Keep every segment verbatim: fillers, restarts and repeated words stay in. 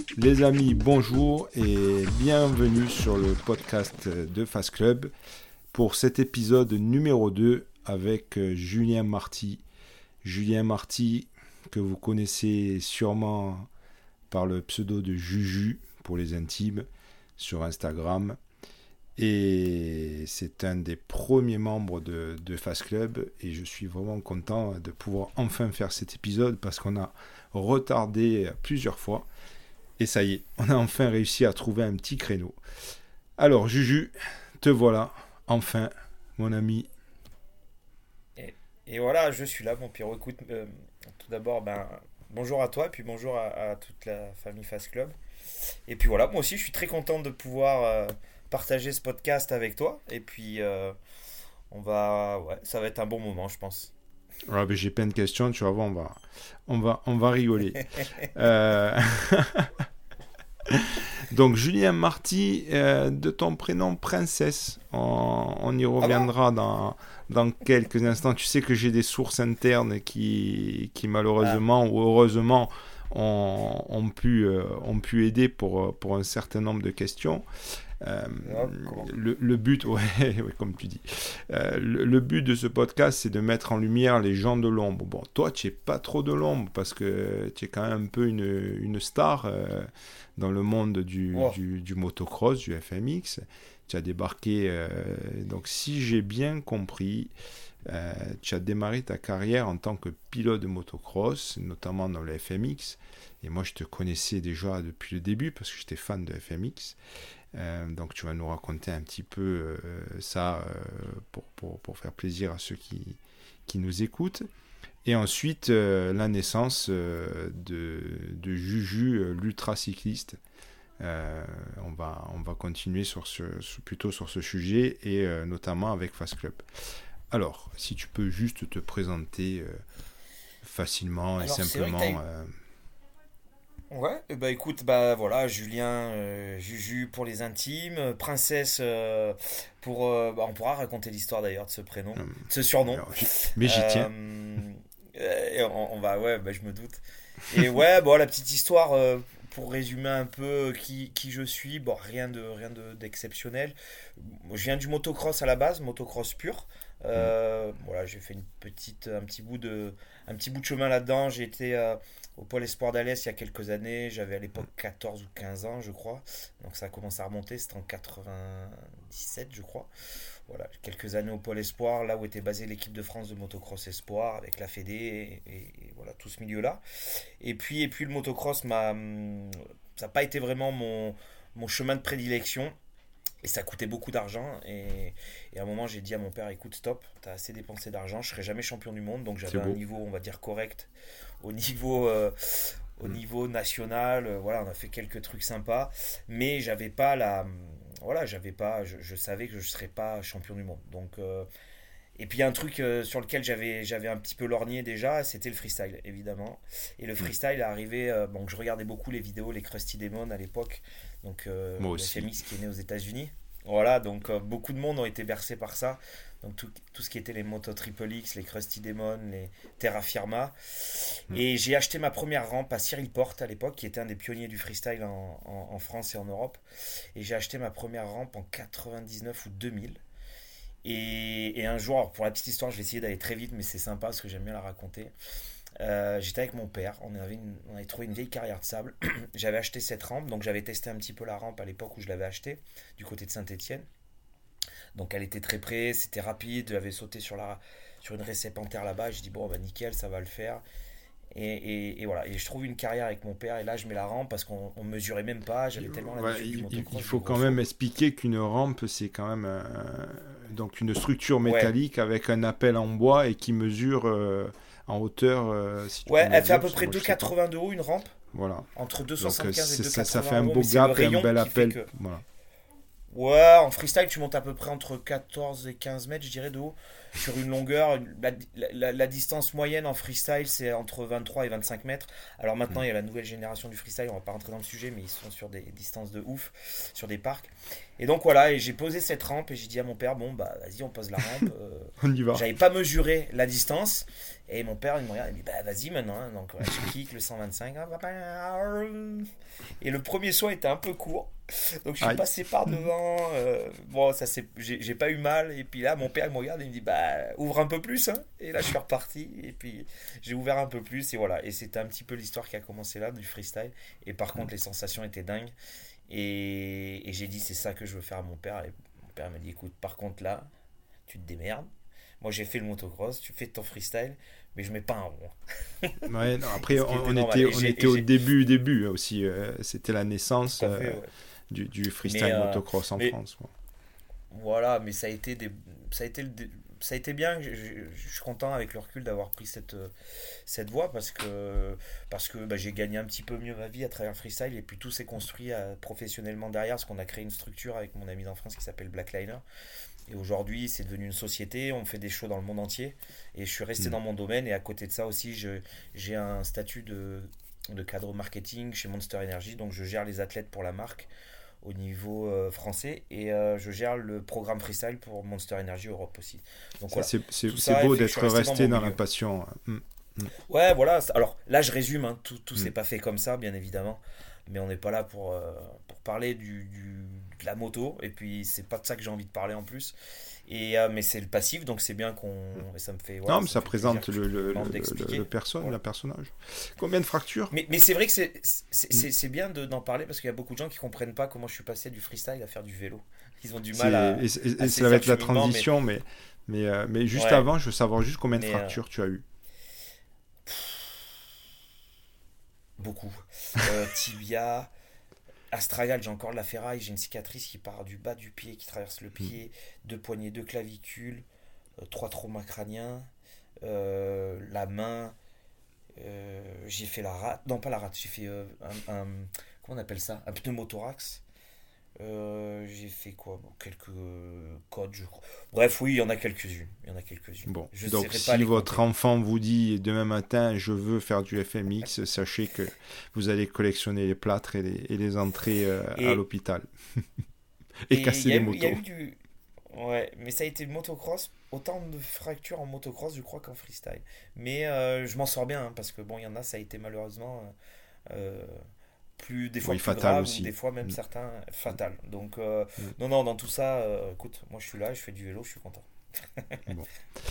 Les amis, bonjour et bienvenue sur le podcast de Fast Club pour cet épisode numéro deux avec Julien Marty. Julien Marty, que vous connaissez sûrement par le pseudo de Juju pour les intimes sur Instagram. Et c'est un des premiers membres de, de Fast Club et je suis vraiment content de pouvoir enfin faire cet épisode parce qu'on a retardé plusieurs fois. Et ça y est, on a enfin réussi à trouver un petit créneau. Alors Juju, te voilà, enfin, mon ami. Et, et voilà, je suis là, mon Pierrot. Écoute, euh, tout d'abord, ben, bonjour à toi, et puis bonjour à, à toute la famille Fast Club. Et puis voilà, moi aussi, je suis très content de pouvoir euh, partager ce podcast avec toi. Et puis, euh, on va, ouais, ça va être un bon moment, je pense. Ah, ben, j'ai plein de questions, tu vas voir, on va, on va, on va rigoler. euh... Donc Julien Marty, euh, de ton prénom Princesse, on, on y reviendra Ah bon dans, dans quelques instants. Tu sais que j'ai des sources internes qui, qui ah. malheureusement ou heureusement ont, ont, pu, euh, ont pu aider pour, pour un certain nombre de questions. Euh, Oh, comment le, le but, ouais, ouais, comme tu dis, euh, le, le but de ce podcast, c'est de mettre en lumière les gens de l'ombre. Bon, toi, tu n'es pas trop de l'ombre parce que tu es quand même un peu une, une star euh, dans le monde du, oh. du, du motocross, du F M X. Tu as débarqué, euh, donc si j'ai bien compris, euh, tu as démarré ta carrière en tant que pilote de motocross, notamment dans le F M X. Et moi, je te connaissais déjà depuis le début parce que j'étais fan de F M X. Euh, donc tu vas nous raconter un petit peu euh, ça euh, pour, pour, pour faire plaisir à ceux qui, qui nous écoutent. Et ensuite, euh, la naissance euh, de, de Juju, euh, l'ultra-cycliste. Euh, on, va, on va continuer sur ce, plutôt sur ce sujet et euh, notamment avec Fast Club. Alors, si tu peux juste te présenter euh, facilement et Alors, c'est vrai que t'as simplement... eu... Euh... Ouais, eh ben écoute, bah voilà, Julien, euh, Juju pour les intimes, euh, Princesse euh, pour... euh, bah, on pourra raconter l'histoire d'ailleurs de ce prénom, euh, de ce surnom. alors, mais j'y tiens. Euh, et on, on va, ouais, bah, je me doute. Et ouais, bon, la petite histoire, euh, pour résumer un peu qui, qui je suis, bon, rien de, rien de, d'exceptionnel. Je viens du motocross à la base, motocross pur. Mm. Euh, voilà, j'ai fait une petite, un petit bout de, un petit bout de chemin là-dedans. J'ai été euh, au Pôle Espoir d'Alès il y a quelques années. J'avais à l'époque quatorze ou quinze ans, je crois. Donc ça a commencé à remonter. C'était en quatre-vingt-dix-sept, je crois. Voilà, quelques années au Pôle Espoir, là où était basée l'équipe de France de motocross Espoir, avec la Fédé et, et, et voilà, tout ce milieu-là. Et puis, et puis le motocross, m'a, ça n'a pas été vraiment mon, mon chemin de prédilection. Et ça coûtait beaucoup d'argent. Et, et à un moment, j'ai dit à mon père, écoute, stop, t'as assez dépensé d'argent, je serai jamais champion du monde. Donc C'est j'avais un beau. niveau, on va dire, correct au niveau, euh, au Mm. niveau national. Euh, voilà, on a fait quelques trucs sympas. Mais j'avais pas la... Voilà, j'avais pas... Je, je savais que je ne serais pas champion du monde. Donc... Euh, et puis il y a un truc euh, sur lequel j'avais, j'avais un petit peu lorgné déjà, c'était le freestyle, évidemment. Et le Mm. freestyle est arrivé, euh, donc je regardais beaucoup les vidéos, les Krusty Demon à l'époque, donc euh, Moi le aussi. F M X qui est né aux États-Unis. Voilà, donc euh, beaucoup de monde ont été bercés par ça. Donc tout, tout ce qui était les motos Triple X, les Krusty Demon, les Terra Firma. Mm. Et j'ai acheté ma première rampe à Cyril Porte à l'époque, qui était un des pionniers du freestyle en, en, en France et en Europe. Et j'ai acheté ma première rampe en quatre-vingt-dix-neuf ou deux mille. Et, et un jour, alors pour la petite histoire, je vais essayer d'aller très vite, mais c'est sympa parce que j'aime bien la raconter. Euh, j'étais avec mon père, on avait, une- on avait trouvé une vieille carrière de sable. J'avais acheté cette rampe, donc j'avais testé un petit peu la rampe à l'époque où je l'avais achetée, du côté de Saint-Étienne. Donc elle était très près, c'était rapide, j'avais sauté sur, la, sur une récep en terre là-bas. J'ai dit, bon, bah nickel, ça va le faire. Et, et- et voilà, et je trouve une carrière avec mon père, et là je mets la rampe parce qu'on on mesurait même pas, j'avais tellement Ouais, l'habitude du il, il- il motocross, du faut gros quand même saut. expliquer qu'une rampe, c'est quand même euh, donc une structure Ouais, métallique avec un appel en bois et qui mesure euh, en hauteur, euh, si tu peux ouais, me le elle fait à dire, peu parce que près moi je sais pas. deux mètres quatre-vingts de haut, une rampe. Voilà. Entre Donc euh, deux cent soixante-quinze et c'est- ça, ça fait deux cent quatre-vingts un euros, beau mais c'est le gap et un rayon bel qui fait appel. que. Voilà. Ouais, en freestyle, tu montes à peu près entre quatorze et quinze mètres, je dirais, de haut. Sur une longueur, la, la- la distance moyenne en freestyle, c'est entre vingt-trois et vingt-cinq mètres. Alors maintenant, Hmm. il y a la nouvelle génération du freestyle, on va pas rentrer dans le sujet, mais ils sont sur des distances de ouf, sur des parcs. Et donc voilà, et j'ai posé cette rampe et j'ai dit à mon père, bon, bah vas-y, on pose la rampe. Euh, On y va. j'avais pas mesuré la distance. Et mon père, il me regarde, il me dit, bah vas-y maintenant, hein. Donc voilà, je kick le cent vingt-cinq. Et le premier saut était un peu court. Donc je suis Aïe. passé par devant. Euh, bon, ça c'est, j'ai, j'ai pas eu mal. Et puis là, mon père il me regarde et il me dit bah ouvre un peu plus. Hein. Et là, je suis reparti. Et puis j'ai ouvert un peu plus et voilà. Et c'était un petit peu l'histoire qui a commencé là du freestyle. Et par contre, les sensations étaient dingues. Et, et j'ai dit c'est ça que je veux faire à mon père. Et mon père m'a dit écoute, par contre là, tu te démerdes. Moi j'ai fait le motocross, tu fais ton freestyle, mais je mets pas un rond. Ouais, non, après, Ce on, qui était on normal. était, Et on j'ai, était et au j'ai début, début aussi. euh, c'était la naissance tout à euh, fait, ouais. du, du Mais, freestyle euh, motocross en mais France, quoi. voilà, mais ça a été des, ça a été le, ça a été bien. Je, je- je suis content avec le recul d'avoir pris cette, euh, cette voie parce que, parce que bah, j'ai gagné un petit peu mieux ma vie à travers le freestyle et puis tout s'est construit euh, professionnellement derrière parce qu'on a créé une structure avec mon ami d'enfance qui s'appelle Blackliner. Et aujourd'hui, c'est devenu une société, on fait des shows dans le monde entier et je suis resté Hmm. dans mon domaine et à côté de ça aussi, je, j'ai un statut de, de cadre marketing chez Monster Energy, donc je gère les athlètes pour la marque au niveau euh, français et euh, je gère le programme freestyle pour Monster Energy Europe aussi. Donc C'est voilà, c'est- c'est- tout c'est ça, et beau fait que je suis d'être resté dans resté mon dans la milieu. passion. Hmm. Hmm. Ouais, voilà. Alors là, je résume, hein, tout, tout Hmm. s'est pas fait comme ça, bien évidemment. Mais on n'est pas là pour, euh, pour parler du, du- de la moto. Et puis, c'est pas de ça que j'ai envie de parler en plus. Et, euh, mais c'est le passif, donc c'est bien qu'on. Et ça me fait, Non, voilà, mais ça me ça fait plaisir présente que tu le, me le, le, demandes le, le d'expliquer. personne, Voilà. le personnage. Combien de fractures? Mais, mais c'est vrai que c'est c'est- Hmm. c'est- c'est bien de- d'en parler parce qu'il y a beaucoup de gens qui comprennent pas comment je suis passé du freestyle à faire du vélo. Ils ont du C'est, mal et, à, et- à et ça va saisir le être la cheminement, mais transition, mais, mais, euh, mais juste ouais, avant, je veux savoir juste combien de mais euh, fractures tu as eu. beaucoup. Euh, tibia, astragale, j'ai encore de la ferraille, j'ai une cicatrice qui part du bas du pied, qui traverse le Hmm. pied, deux poignets, deux clavicules, euh, trois traumas crâniens, euh, la main, euh, j'ai fait la rate, non pas la rate, j'ai fait euh, un, un- comment on appelle ça, un pneumothorax. Euh, j'ai fait quoi? Bon, quelques euh, codes, je crois. Bref, oui, il y en a quelques-unes. Il y en a quelques-unes. Bon, Je ne donc saurais pas si les votre compter. enfant vous dit demain matin je veux faire du F M X, sachez que vous allez collectionner les plâtres et les, et les entrées euh, à Et l'hôpital et et il casser y a les eu, il y a motos. eu du, ouais, mais ça a été le motocross. Autant de fractures en motocross, je crois, qu'en freestyle. Mais euh, je m'en sors bien, hein, parce que bon, il y en a, ça a été malheureusement euh, plus, des fois Oui, plus fatal grave, ou des aussi. fois même Mm, certains fatal. Donc, euh, mm. non, non, dans tout ça, euh, écoute, moi je suis là, je fais du vélo, je suis content. Bon.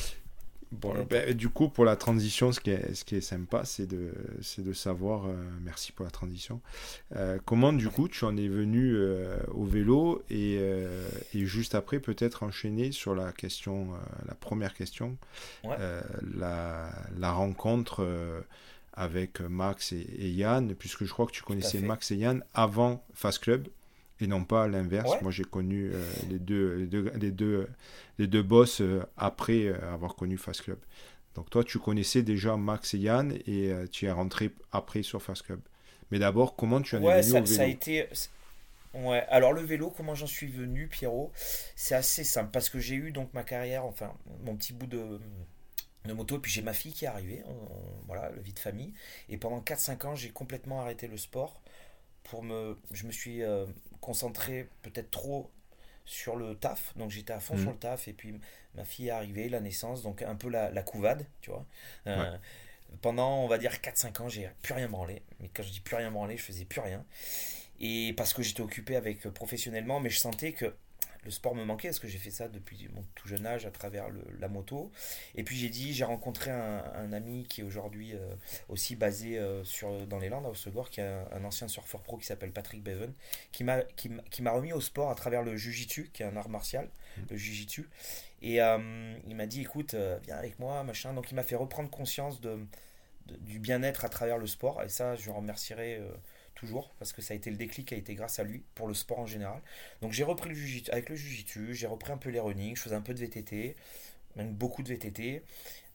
Bon, Voilà, toi. ben, du coup, pour la transition, ce qui est, ce qui est sympa, c'est de, c'est de savoir, euh, merci pour la transition, euh, comment du coup tu en es venu euh, au vélo et, euh, et juste après peut-être enchaîner sur la question, euh, la première question, Ouais, euh, la, la rencontre euh, avec Max et, et Yann, puisque je crois que tu tout à connaissais fait. Max et Yann avant Fast Club et non pas l'inverse. Ouais. Moi, j'ai connu euh, les, deux, les, deux, les, deux, les deux boss euh, après euh, avoir connu Fast Club. Donc toi, tu connaissais déjà Max et Yann et euh, tu es rentré après sur Fast Club. Mais d'abord, comment tu en es Ouais, venu au ça, ça a vélo? été. Ouais, alors le vélo, comment j'en suis venu, Pierrot? C'est assez simple parce que j'ai eu donc ma carrière, enfin mon petit bout de, de moto, et puis j'ai ma fille qui est arrivée, on- on- voilà, la vie de famille. Et pendant quatre cinq ans, j'ai complètement arrêté le sport pour me. Je me suis euh, concentré peut-être trop sur le taf, donc j'étais à fond sur Hmm. le taf, et puis ma fille est arrivée, la naissance, donc un peu la, la couvade, tu vois. Ouais. Euh, Pendant, on va dire, quatre cinq ans, j'ai plus rien branlé. Mais quand je dis plus rien branlé, je faisais plus rien. Et parce que j'étais occupé avec euh, professionnellement, mais je sentais que le sport me manquait parce que j'ai fait ça depuis mon tout jeune âge à travers le- la moto. Et puis j'ai dit, j'ai rencontré un, un ami qui est aujourd'hui euh, aussi basé euh, sur, dans les Landes, à Hossegor, qui est un, un ancien surfeur pro qui s'appelle Patrick Bevan, qui m'a qui, m'a- qui m'a remis au sport à travers le Jiu-Jitsu, qui est un art martial, le Jiu-Jitsu. Et euh, il m'a dit, écoute, euh, viens avec moi, machin. Donc il m'a fait reprendre conscience de, de- du bien-être à travers le sport. Et ça, je le remercierai euh, toujours parce que ça a été le déclic, a été grâce à lui pour le sport en général. Donc j'ai repris le jiu-jitsu, avec le jiu-jitsu, j'ai repris un peu les running, je faisais un peu de V T T, même beaucoup de V T T.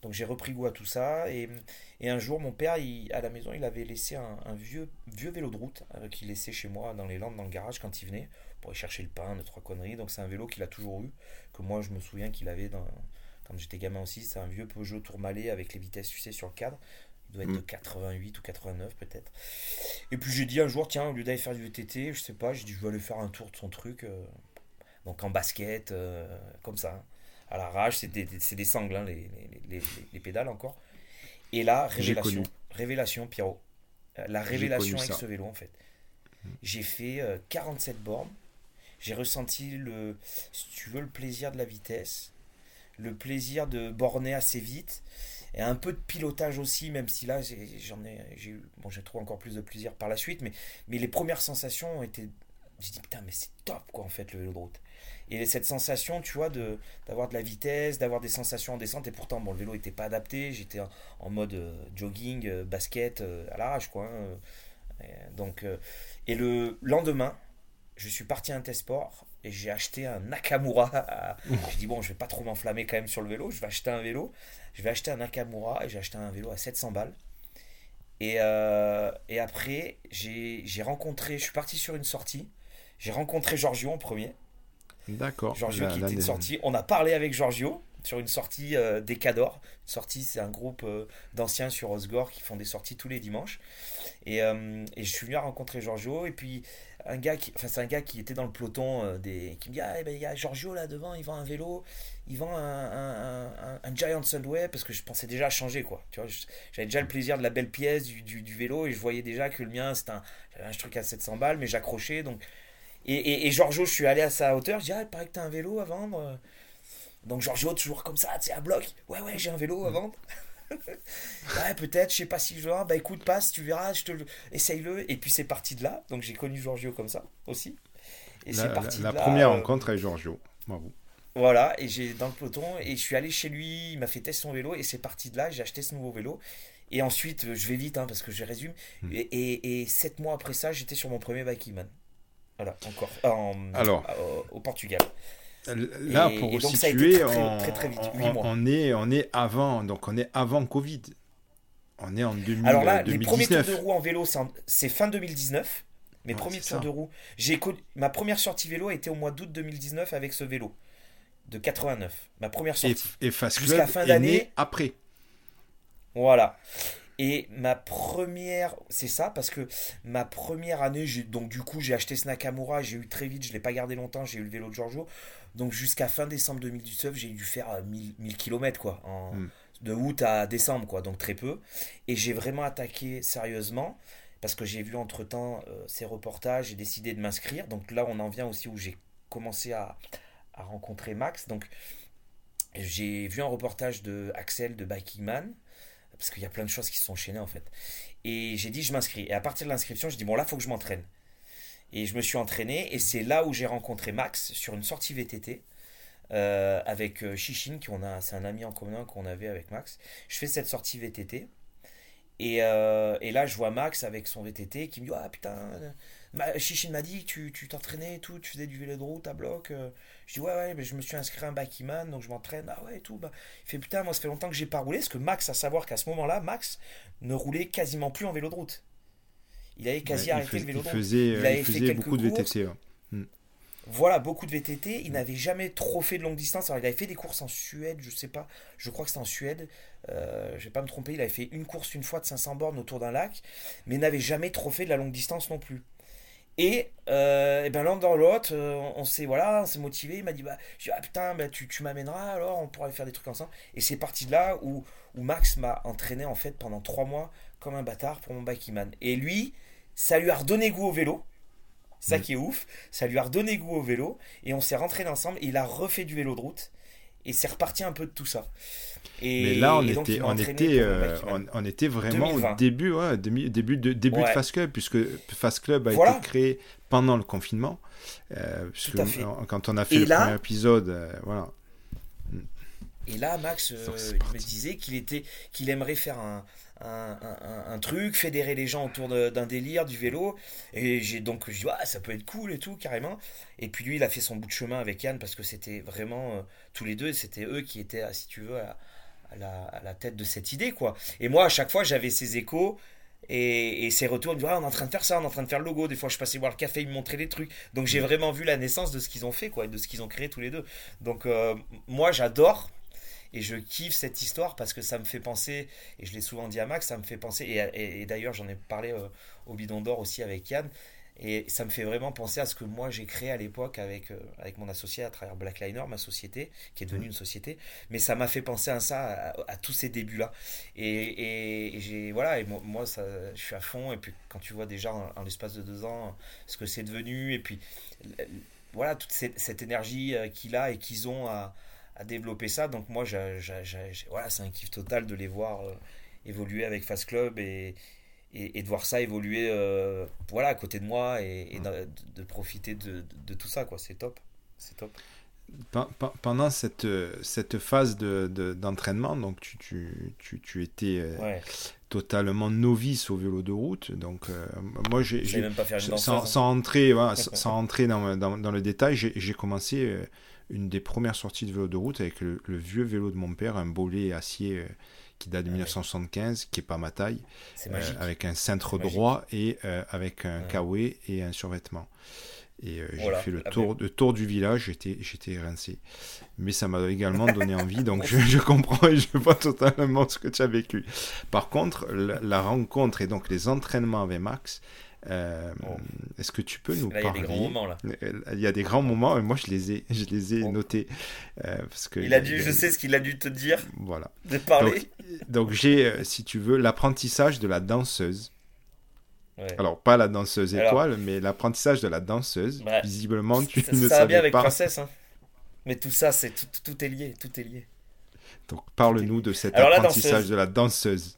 Donc j'ai repris goût à tout ça. Et, et un jour, mon père, il, à la maison, il avait laissé un, un vieux, vieux vélo de route euh, qu'il laissait chez moi dans les Landes, dans le garage, quand il venait, pour aller chercher le pain, deux, trois conneries. Donc c'est un vélo qu'il a toujours eu, que moi je me souviens qu'il avait dans, quand j'étais gamin aussi. C'est un vieux Peugeot Tourmalet avec les vitesses, tu sais, sur le cadre. Il doit être de quatre-vingt-huit ou quatre-vingt-neuf peut-être. Et puis j'ai dit un jour, tiens, au lieu d'aller faire du V T T, je sais pas, j'ai dit je vais aller faire un tour de son truc. euh, donc en basket, euh, comme ça, hein. À l'arrache, c'est des, c'est des sangles, hein, les, les, les, les- les pédales encore. Et là, J'ai révélation, connu. révélation, Pierrot. Euh, La J'ai révélation connu avec ça. ce vélo, en fait. J'ai fait euh, quarante-sept bornes. J'ai ressenti le, si tu veux, le plaisir de la vitesse, le plaisir de borner assez vite, et un peu de pilotage aussi, même si là, j'ai- j'en ai, j'ai eu, bon, j'ai trouvé encore plus de plaisir par la suite, mais, mais les premières sensations ont été, j'ai dit putain, mais c'est top quoi en fait le vélo de route. Et cette sensation, tu vois, de d'avoir de la vitesse, d'avoir des sensations en descente, et pourtant, bon, le vélo n'était pas adapté, j'étais en, en mode euh, jogging, euh, basket, euh, à l'arrache quoi, hein. Euh, donc, euh, et le lendemain, je suis parti à un test sport et j'ai acheté un Nakamura. à- J'ai dit, bon, je vais pas trop m'enflammer quand même sur le vélo. Je vais acheter un vélo. Je vais acheter un Nakamura et j'ai acheté un vélo à sept cents balles. Et, euh, et après, j'ai j'ai rencontré, je suis parti sur une sortie. J'ai rencontré Giorgio en premier. D'accord. Giorgio La- qui était de l'année- sortie. On a parlé avec Giorgio sur une sortie euh, des Cadors. Une sortie, c'est un groupe euh, d'anciens sur Osgore qui font des sorties tous les dimanches. Et, euh, et je suis venu à rencontrer Giorgio. Et puis, un gars qui, enfin, c'est un gars qui était dans le peloton euh, des, qui me dit ah, eh ben, il y a Giorgio là devant, il vend un vélo, il vend un, un, un, un Giant Sunway, parce que je pensais déjà à changer, quoi. Tu vois, je- j'avais déjà le plaisir de la belle pièce du, du, du vélo et je voyais déjà que le mien, c'était un, j'avais un truc à sept cents balles, mais j'accrochais. Donc, et, et, et Giorgio, je suis allé à sa hauteur. Je dis ah, il paraît que t'as un vélo à vendre. Donc Giorgio, toujours comme ça, tu sais, à bloc. Ouais, ouais, j'ai un vélo à vendre. Ouais, peut-être, je sais pas si je veux. Bah écoute, passe, tu verras, je te le... essaye-le. Et puis c'est parti de là. Donc j'ai connu Giorgio comme ça aussi. Et c'est La, la- parti la de là. première euh, rencontre avec Giorgio. Bravo. voilà, et j'ai dans le peloton. Et je suis allé chez lui, il m'a fait tester son vélo. Et c'est parti de là, j'ai acheté ce nouveau vélo. Et ensuite, euh, je vais vite hein, parce que je résume. Hmm. Et, et, et sept mois après ça, j'étais sur mon premier Bikiman. Voilà, encore. En, Alors, au, au Portugal. là, Et, pour et donc ça a été situer, très, très, on, très, très vite. huit on- mois. on est, on est avant, donc on est avant Covid. On est en Alors deux mille, euh, là, les premiers tours de deux mille dix-neuf. roue en vélo, c'est en- c'est fin deux mille dix-neuf. Mes Ouais, premiers c'est tours ça. de roue. J'ai connu- ma première sortie vélo a été au mois d'août deux mille dix-neuf avec ce vélo de quatre-vingt-neuf. Ma première Et, sortie. et Fast Jusqu'à Club fin est d'année, né après. voilà. Et ma première, c'est ça, parce que ma première année, j'ai, donc du coup, j'ai acheté ce Nakamura, j'ai eu très vite, je l'ai pas gardé longtemps, j'ai eu le vélo de Giorgio. Donc jusqu'à fin décembre deux mille dix-neuf, j'ai dû faire euh, mille, mille km quoi, en, Hmm. de août à décembre quoi, donc très peu. Et j'ai vraiment attaqué sérieusement, parce que j'ai vu entre-temps euh, ces reportages, j'ai décidé de m'inscrire. Donc là, on en vient aussi où j'ai commencé à, à rencontrer Max. Donc j'ai vu un reportage de Axel de Biking Man, parce qu'il y a plein de choses qui se sont enchaînées en fait. Et j'ai dit je m'inscris. Et à partir de l'inscription, je dis bon là, il faut que je m'entraîne. Et je me suis entraîné et c'est là où j'ai rencontré Max sur une sortie V T T euh, avec euh, Chichine, qui on a, c'est un ami en commun qu'on avait avec Max. Je fais cette sortie V T T et, euh, et là je vois Max avec son V T T qui me dit ah putain, euh, Ma- Chichine m'a dit que tu tu t'entraînais et tout, tu faisais du vélo de route à bloc. euh. Je dis ouais ouais, mais je me suis inscrit à un Bakiman donc je m'entraîne. Ah ouais et tout. Bah. Il fait putain, moi ça fait longtemps que j'ai pas roulé, parce que Max, à savoir qu'à ce moment-là, Max ne roulait quasiment plus en vélo de route. Il avait Ouais, quasi il, arrêté fais- le vélo il de route. faisait, Il euh, il avait fait faisait quelques beaucoup de courses, V T T. Ouais. Hmm. voilà, beaucoup de V T T. Il n'avait jamais trop fait de longue distance. Alors, il avait fait des courses en Suède, je sais pas. Je crois que c'était en Suède. Euh, je vais pas me tromper. Il avait fait une course une fois de cinq cents bornes autour d'un lac, mais n'avait jamais trop fait de la longue distance non plus. Et, euh, et ben l'un dans l'autre, euh, on, on s'est voilà, on s'est motivé. Il m'a dit bah, je dis, ah putain, bah, tu, tu m'amèneras alors, on pourra aller faire des trucs ensemble. Et c'est parti de là où, où Max m'a entraîné en fait pendant trois mois comme un bâtard pour mon Bikiman. Et lui, ça lui a redonné goût au vélo. Ça Hmm. qui est ouf, ça lui a redonné goût au vélo et on s'est rentraînés ensemble et il a refait du vélo de route et c'est reparti un peu de tout ça. Mais là, on Et, et donc il était, m'a on entraîné était, pour mon euh, Bikiman. on, on était vraiment au deux mille vingt. début, ouais, demi- début de, début de Ouais, Fast Club, puisque Fast Club a été voilà, créé pendant le confinement. Euh, puisque tout à fait. euh, quand on a fait Et le premier là, épisode, euh, voilà. Hmm. et là Max, Donc euh, c'est il me parti. disait qu'il était, qu'il aimerait faire un, un, un- un- un truc, fédérer les gens autour de- d'un délire, du vélo. Et j'ai donc, je dis, ah, ça peut être cool et tout, carrément. Et puis lui, il a fait son bout de chemin avec Yann parce que c'était vraiment, euh, tous les deux, c'était eux qui étaient, ah, si tu veux, à, à la, à la tête de cette idée, quoi. Et moi, à chaque fois, j'avais ces échos et, et ces retours. Ils me disaient, ah, on est en train de faire ça, on est en train de faire le logo. Des fois, je passais boire le café, ils me montraient des trucs. Donc, j'ai vraiment vu la naissance de ce qu'ils ont fait, quoi, de ce qu'ils ont créé tous les deux. Donc, euh, moi, j'adore. Et je kiffe cette histoire parce que ça me fait penser, et je l'ai souvent dit à Max, ça me fait penser, et, et, et d'ailleurs j'en ai parlé euh, au Bidon d'Or aussi avec Yann, et ça me fait vraiment penser à ce que moi j'ai créé à l'époque avec, euh, avec mon associé à travers Blackliner, ma société, qui est devenue une société, mais ça m'a fait penser à ça, à, à tous ces débuts-là. Et, et, et j'ai, voilà, et moi, moi ça, je suis à fond, et puis quand tu vois déjà en, en l'espace de deux ans ce que c'est devenu, et puis voilà, toute cette, cette énergie qu'il a et qu'ils ont à à développer ça. Donc moi, j'ai, j'ai, j'ai, voilà, c'est un kiff total de les voir euh, évoluer avec Fast Club et, et, et de voir ça évoluer euh, voilà, à côté de moi et, et de, de profiter de, de, de tout ça. Quoi. C'est top. C'est top. Pendant cette, cette phase de, de, d'entraînement, donc tu, tu, tu, tu étais euh, ouais. totalement novice au vélo de route. Donc, euh, moi, j'ai, j'ai, même pas faire une danseuse, sans, hein. sans entrer, voilà, sans entrer dans, dans, dans le détail, j'ai, j'ai commencé euh, une des premières sorties de vélo de route avec le, le vieux vélo de mon père, un Bollé acier euh, qui date de ouais. dix-neuf cent soixante-quinze, qui n'est pas ma taille, euh, avec un cintre droit et euh, avec un ouais. Kawaii et un survêtement. Et euh, voilà, j'ai fait le tour, le tour du village, j'étais, j'étais rincé. Mais ça m'a également donné envie, donc je, je comprends et je vois totalement ce que tu as vécu. Par contre, la, la rencontre et donc les entraînements avec Max, euh, oh. est-ce que tu peux nous là, parler ? Il y a des grands moments là. Il y a des grands moments et moi je les ai, je les ai oh. notés. Euh, parce que il a dû, il, je sais ce qu'il a dû te dire. Voilà. De parler. Donc, donc j'ai, si tu veux, l'apprentissage de la danseuse. Ouais. Alors, pas la danseuse étoile, Alors, mais l'apprentissage de la danseuse. Bah, Visiblement, tu ça, ne ça savais va bien avec pas. Princesse, hein. Mais tout ça, c'est tout, tout est lié, tout est lié. Donc, parle-nous de cet Alors, apprentissage de la danseuse.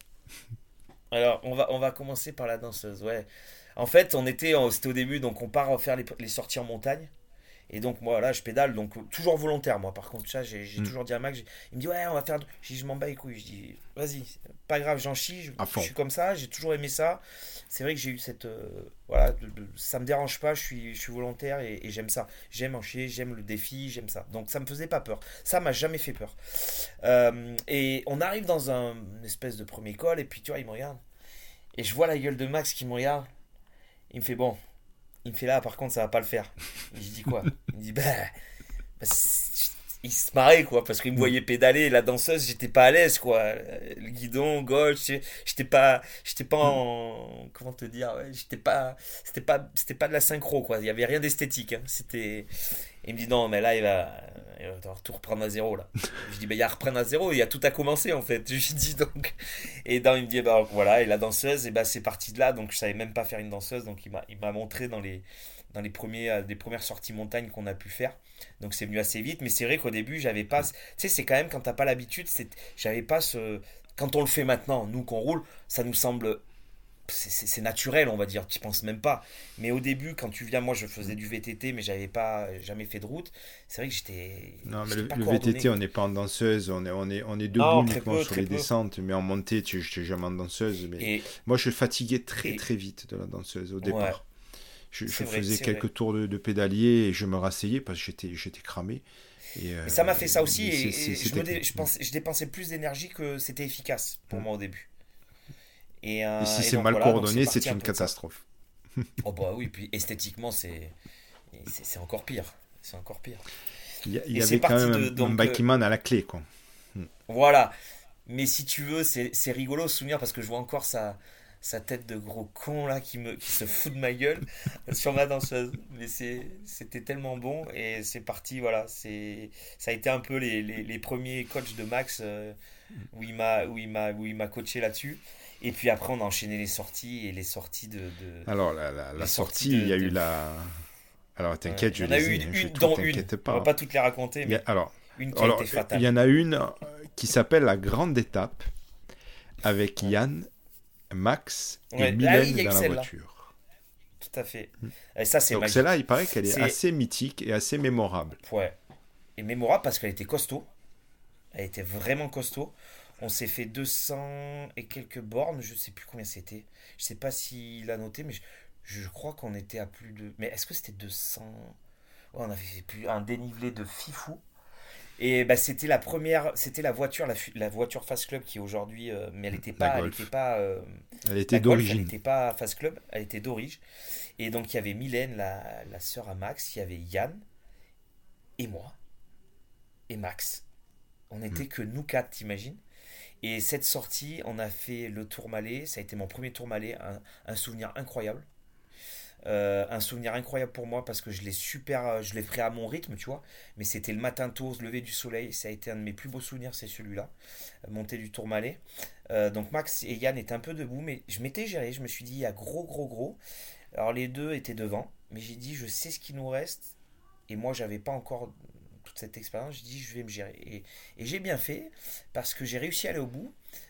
Alors, on va, on va commencer par la danseuse, ouais. En fait, on était, c'était au début, donc on part faire les, les sorties en montagne. Et donc, moi, là, je pédale, donc toujours volontaire, moi. Par contre, ça, j'ai, j'ai mm. toujours dit à Max, il me dit, ouais, on va faire. Je dis, je m'en bats les couilles. Je dis, vas-y, pas grave, j'en chie. Je, je suis comme ça, j'ai toujours aimé ça. C'est vrai que j'ai eu cette. Euh, voilà, de, de, ça me dérange pas, je suis, je suis volontaire et, et j'aime ça. J'aime en chier, j'aime le défi, j'aime ça. Donc, ça me faisait pas peur. Ça m'a jamais fait peur. Euh, et on arrive dans un, une espèce de première école, et puis, tu vois, il me regarde. Et je vois la gueule de Max qui me regarde. Il me fait, bon. Il me fait là, par contre, ça va pas le faire. Et je dis quoi ? Il me dit, bah, bah il se marrait, quoi, parce qu'il me voyait pédaler. La danseuse, j'étais pas à l'aise, quoi. Le guidon, gauche, j'étais pas, j'étais pas en, comment te dire, ouais, j'étais pas, c'était pas, c'était pas de la synchro, quoi. Il y avait rien d'esthétique, hein. C'était, il me dit, non, mais là, il va, il va tout reprendre à zéro, là. Je dis, bah, il y a à reprendre à zéro, il y a tout à commencer, en fait. Je lui dis, donc, et donc, il me dit, bah, voilà, et la danseuse, et bah, c'est parti de là, donc, je savais même pas faire une danseuse, donc, il m'a, il m'a montré dans les, dans les premiers, des premières sorties montagne qu'on a pu faire. Donc c'est venu assez vite, mais c'est vrai qu'au début j'avais pas, tu sais, c'est quand même quand t'as pas l'habitude, c'est, j'avais pas ce, quand on le fait maintenant, nous qu'on roule, ça nous semble, c'est, c'est, c'est naturel, on va dire, tu penses même pas. Mais au début, quand tu viens, moi je faisais du V T T, mais j'avais pas jamais fait de route. C'est vrai que j'étais. Non, mais j'étais le, pas le V T T, on n'est pas en danseuse, on est, on est, on est debout non, uniquement peu, sur les peu. descentes, mais en montée, tu n'es jamais en danseuse. Mais et, moi, je fatiguais très et, très vite de la danseuse au départ. Ouais. Je, je vrai, faisais quelques vrai. tours de, de pédalier et je me rasseyais parce que j'étais, j'étais cramé. Et, euh, et ça m'a fait ça aussi. Et, c'est, et je, me dé, je, pensais, je dépensais plus d'énergie que c'était efficace pour mmh. moi au début. Et, euh, et si et c'est donc, mal voilà, coordonné, c'est, c'est une catastrophe. Oh bah oui, puis esthétiquement, c'est, c'est, c'est encore pire. C'est encore pire. Il y, il y avait quand même de, un, donc, un bikeman à la clé, quoi. Mmh. Voilà. Mais si tu veux, c'est, c'est rigolo ce souvenir parce que je vois encore ça. Sa tête de gros con là qui, me, qui se fout de ma gueule sur ma danseuse. Mais c'est, c'était tellement bon et c'est parti, voilà. C'est, ça a été un peu les, les, les premiers coachs de Max euh, où, il m'a, où, il m'a, où il m'a coaché là-dessus. Et puis après, on a enchaîné les sorties et les sorties de. de Alors, la, la, la sortie, il y a de... eu la. Alors, t'inquiète, euh, je les ai. Il y en a eu une, dont une. Pas. On va pas toutes les raconter, mais a, alors, une qui alors, a été fatale. Il y en a une qui s'appelle La Grande Étape avec ouais. Yann. Max et ouais. Mylène ah oui, dans la voiture. Tout à fait. Et ça, c'est Donc magique. celle-là, il paraît qu'elle est c'est... assez mythique et assez mémorable. Ouais. Et mémorable parce qu'elle était costaud. Elle était vraiment costaud. On s'est fait deux cents et quelques bornes. Je ne sais plus combien c'était. Je ne sais pas s'il a noté, mais je, je crois qu'on était à plus de... Mais est-ce que c'était deux cents? Ouais, on avait fait plus... un dénivelé de fifou. Et bah, c'était la première, c'était la voiture, la, la voiture Fast Club qui aujourd'hui, euh, mais elle n'était pas, elle était pas, euh, Elle était la Golf, elle d'origine. n'était pas Fast Club, elle était d'origine. Et donc il y avait Mylène, la, la sœur à Max, il y avait Yann et moi et Max. On Hmm. n'était que nous quatre, t'imagines? Et cette sortie, on a fait le Tourmalet, ça a été mon premier Tourmalet, un, un souvenir incroyable. Euh, un souvenir incroyable pour moi parce que je l'ai super, je l'ai pris à mon rythme, tu vois. Mais c'était le matin tôt, le lever du soleil, ça a été un de mes plus beaux souvenirs, c'est celui-là, monter du Tourmalet. Euh, donc Max et Yann étaient un peu debout, mais je m'étais géré, je me suis dit, il y a gros, gros, gros. Alors les deux étaient devant, mais j'ai dit, je sais ce qui nous reste, et moi j'avais pas encore toute cette expérience, j'ai dit, je vais me gérer. Et, et j'ai bien fait parce que j'ai réussi à aller au bout.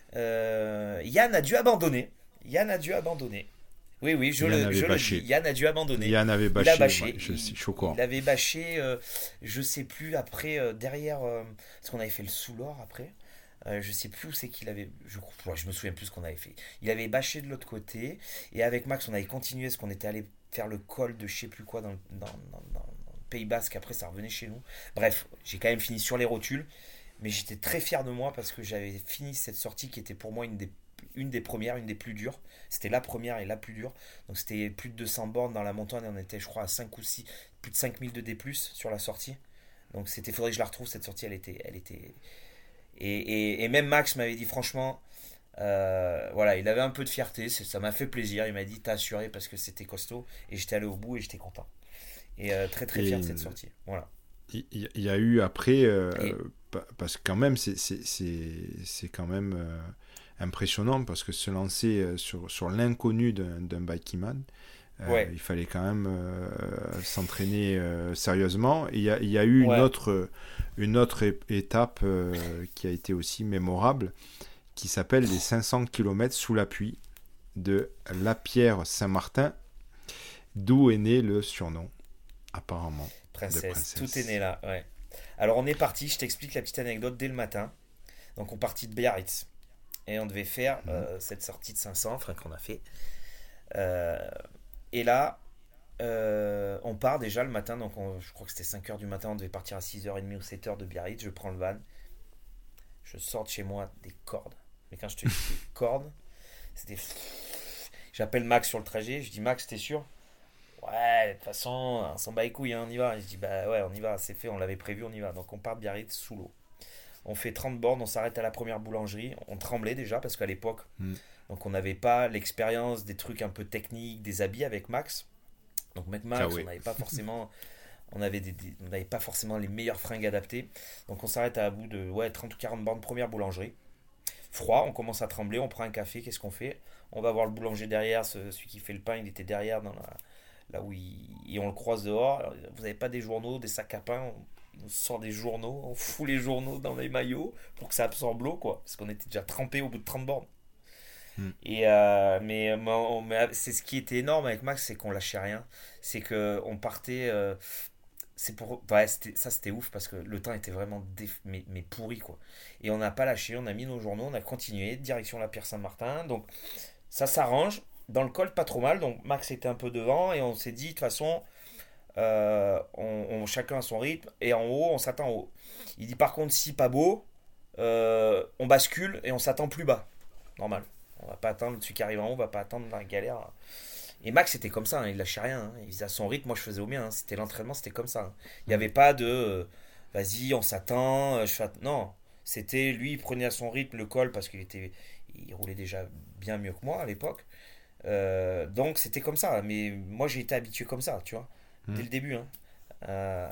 Euh, Yann a dû abandonner. Yann a dû abandonner. Oui, oui, je, Yann le, avait je le bâché. dis. Yann a dû abandonner. Yann avait Il a bâché, bâché. ouais, je Il, suis choquant. il avait bâché, euh, je sais plus, après, euh, derrière. Euh, parce qu'on avait fait le sous-lor après. Euh, je sais plus où c'est qu'il avait. Je, ouais, je me souviens plus ce qu'on avait fait. Il avait bâché de l'autre côté. Et avec Max, on avait continué parce qu'on était allé faire le col de je sais plus quoi dans, dans, dans, dans le Pays Basque. Après, ça revenait chez nous. Bref, j'ai quand même fini sur les rotules. Mais j'étais très fier de moi parce que j'avais fini cette sortie qui était pour moi une des une des premières, une des plus dures. C'était la première et la plus dure. Donc c'était plus de deux cents bornes dans la montagne. On était, je crois, à cinq ou six, plus de cinq mille de D plus, sur la sortie. Donc c'était, faudrait que je la retrouve, cette sortie. Elle était. Elle était... Et, et, et même Max m'avait dit, franchement, euh, voilà, il avait un peu de fierté. Ça m'a fait plaisir. Il m'a dit, t'as assuré parce que c'était costaud. Et j'étais allé au bout et j'étais content. Et euh, très très fier Et de cette sortie. Voilà. il y, y a eu après, euh, Et parce que quand même, c'est, c'est, c'est, c'est quand même euh, impressionnant parce que se lancer euh, sur, sur l'inconnu d'un, d'un bikiman, euh, ouais, il fallait quand même euh, s'entraîner euh, sérieusement. Il y a, y a eu une ouais, autre, une autre é- étape euh, qui a été aussi mémorable, qui s'appelle les cinq cents kilomètres sous la pluie de Lapierre-Saint-Martin, d'où est né le surnom, apparemment, de princesse. Tout est né princesse. là. Ouais. Alors on est parti. Je t'explique la petite anecdote dès le matin. Donc on partit de Biarritz. Et on devait faire Mhm. euh, cette sortie de cinq cents, enfin qu'on a fait. Euh, et là, euh, on part déjà le matin, donc on- je crois que c'était cinq heures du matin, on devait partir à six heures trente ou sept heures de Biarritz. Je prends le van, je sors de chez moi des cordes. Mais quand je te dis des cordes, c'était. J'appelle Max sur le trajet, je dis Max, t'es sûr? Ouais, de toute façon, on s'en bat les couilles, hein, on y va. Je dis bah ouais, on y va, c'est fait, on l'avait prévu, on y va. Donc on part de Biarritz sous l'eau. On fait trente bornes, on s'arrête à la première boulangerie. On tremblait déjà parce qu'à l'époque, Mhm. donc on n'avait pas l'expérience des trucs un peu techniques, des habits avec Max. Donc avec Ah Max, on oui. n'avait pas forcément, on avait des, des- on n'avait pas forcément les meilleures fringues adaptées. Donc on s'arrête à bout de ouais, trente ou quarante bornes, première boulangerie. Froid, on commence à trembler, on prend un café, qu'est-ce qu'on fait? On va voir le boulanger derrière, ce- celui qui fait le pain, il était derrière dans la, là où il, et on le croise dehors. Vous n'avez pas des journaux, des sacs à pain? On nous sort des journaux, on fout les journaux dans les maillots pour que ça absorbe l'eau, quoi. Parce qu'on était déjà trempé au bout de trente bornes. Mhm. Et euh, mais, mais on- mais c'est ce qui était énorme avec Max, c'est qu'on lâchait rien. C'est que on partait. Euh, c'est pour, ouais, c'était- ça c'était ouf parce que le temps était vraiment déf- mais, mais pourri quoi. Et on n'a pas lâché, on a mis nos journaux, on a continué direction la Pierre Saint-Martin. Donc ça s'arrange. Dans le col, pas trop mal. Donc Max était un peu devant et on s'est dit de toute façon, euh, on, on- chacun à son rythme. Et en haut, on s'attend en haut. Il dit par contre, si pas beau, euh, on bascule et on s'attend plus bas. Normal. On va pas attendre celui qui arrive en haut, on va pas attendre la galère. Et Max c'était comme ça, hein, il lâchait rien, hein. Il faisait à son rythme, moi je faisais au mien, hein. C'était l'entraînement, c'était comme ça, hein. Il n'y Mhm. avait pas de euh, vas-y, on s'attend, euh, je fais... non, c'était lui, il prenait à son rythme le col parce qu'il était, il roulait déjà bien mieux que moi à l'époque. Euh, donc c'était comme ça, mais moi j'ai été habitué comme ça, tu vois, dès Mhm. le début, hein. Euh,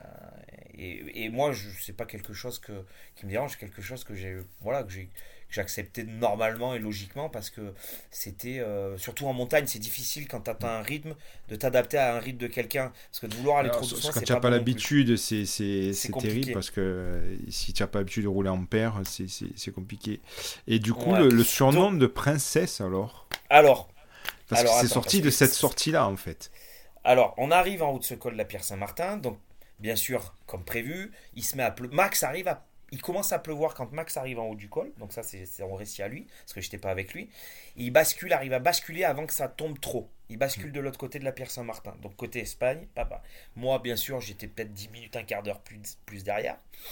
et, et moi, je c'est pas quelque chose que, qui me dérange, c'est quelque chose que j'ai, voilà, que j'ai, que j'acceptais normalement et logiquement parce que c'était, euh, surtout en montagne, c'est difficile quand tu as un rythme de t'adapter à un rythme de quelqu'un parce que de vouloir aller Alors, trop so- doucement, quand c'est tu n'as pas pas bon non plus. l'habitude, c'est, c'est, C'est c'est terrible compliqué. parce que euh, si tu n'as pas l'habitude de rouler en paire, c'est, c'est, c'est compliqué. Et du coup, Ouais. le, le surnom Donc, de princesse, alors, alors, parce que alors c'est attends, parce sorti que de cette sortie-là, en fait. alors, on arrive en haut de ce col de la Pierre Saint-Martin, donc bien sûr, comme prévu, il se met à pleuvoir. Max arrive à il commence à pleuvoir quand Max arrive en haut du col, donc ça c'est, c'est son récit à lui, parce que j'étais pas avec lui. Et il bascule, arrive à basculer avant que ça tombe trop. Il bascule de l'autre côté de la Pierre Saint-Martin, donc côté Espagne, papa. Moi, bien sûr, j'étais peut-être dix minutes, un quart d'heure plus, plus derrière.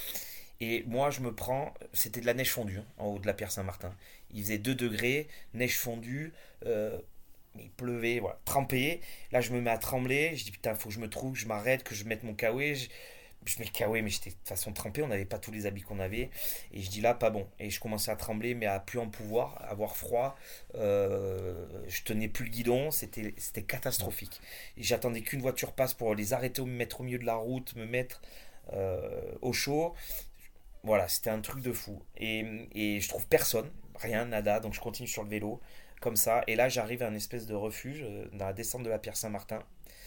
Et moi, je me prends, c'était de la neige fondue hein, en haut de la Pierre Saint-Martin. Il faisait deux degrés, neige fondue, euh, il pleuvait, voilà, trempé. Là, je me mets à trembler. Je dis putain, faut que je me trouve, que je m'arrête, que je mette mon kawaii. Je, je mets le kawaii, mais j'étais de toute façon trempé. On n'avait pas tous les habits qu'on avait. Et je dis là, pas bon. Et je commençais à trembler, mais à plus en pouvoir, à avoir froid. Euh, je tenais plus le guidon. C'était, c'était catastrophique. Et j'attendais qu'une voiture passe pour les arrêter, me mettre au milieu de la route, me mettre euh, au chaud. Voilà, c'était un truc de fou. Et, et je trouve personne, rien, nada. Donc je continue sur le vélo, comme ça. Et là, j'arrive à un espèce de refuge euh, dans la descente de la Pierre Saint-Martin.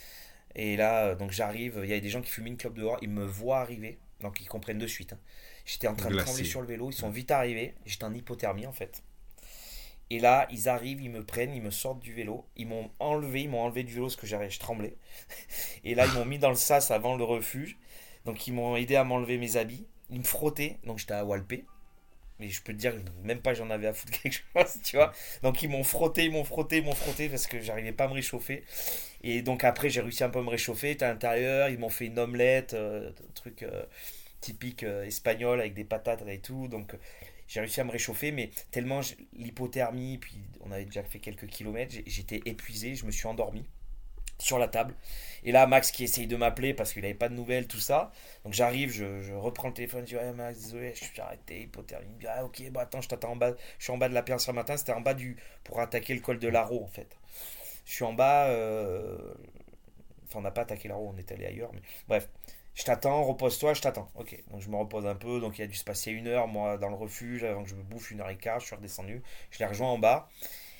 Et là, euh, donc j'arrive, il y a des gens qui fument une clope dehors. Ils me voient arriver, donc ils comprennent de suite. hein. J'étais en train de Glacé. trembler sur le vélo. Ils sont vite arrivés. J'étais en hypothermie en fait. Et là, ils arrivent, ils me prennent, ils me sortent du vélo. Ils m'ont enlevé, ils m'ont enlevé du vélo parce que j'avais, je tremblais. Et là, ils m'ont mis dans le sas avant le refuge. Donc ils m'ont aidé à m'enlever mes habits. Ils me frottaient, donc j'étais à Walpé. Mais je peux te dire que même pas j'en avais à foutre quelque chose, tu vois. Donc ils m'ont frotté, ils m'ont frotté, ils m'ont frotté parce que j'arrivais pas à me réchauffer. Et donc après j'ai réussi un peu à me réchauffer. J'étais à l'intérieur, ils m'ont fait une omelette, euh, un truc euh, typique euh, espagnol avec des patates et tout. Donc euh, j'ai réussi à me réchauffer, mais tellement j'- l'hypothermie, puis on avait déjà fait quelques kilomètres, j'ai- j'étais épuisé, je me suis endormi sur la table. Et là, Max qui essaye de m'appeler parce qu'il n'avait pas de nouvelles, tout ça. Donc j'arrive, je, je reprends le téléphone, je dis ouais Max, désolé, je suis arrêté, hypothermie. Il me dit ah ok, bah attends, je t'attends en bas. Je suis en bas de la Pierre ce matin, c'était en bas du pour attaquer le col de Larro en fait. Je suis en bas, euh, enfin on n'a pas attaqué Larro, on est allé ailleurs, mais bref. Je t'attends, repose-toi, je t'attends. Ok, donc je me repose un peu, donc il a dû se passer une heure moi dans le refuge avant que je me bouffe une heure et quart. Je suis redescendu, je l'ai rejoint en bas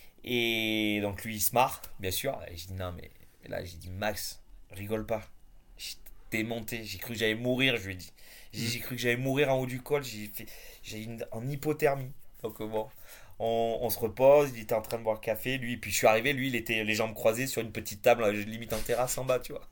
et donc lui il se marre, bien sûr. Et je dis non mais et là, j'ai dit, Max, rigole pas. J'étais monté, j'ai cru que j'allais mourir, je lui ai dit. J'ai, j'ai cru que j'allais mourir en haut du col, j'ai fait, j'ai une, en hypothermie. Donc euh, bon, on, on se repose, il était en train de boire le café, lui, puis je suis arrivé, lui, il était les jambes croisées sur une petite table, euh, limite en terrasse en bas, tu vois.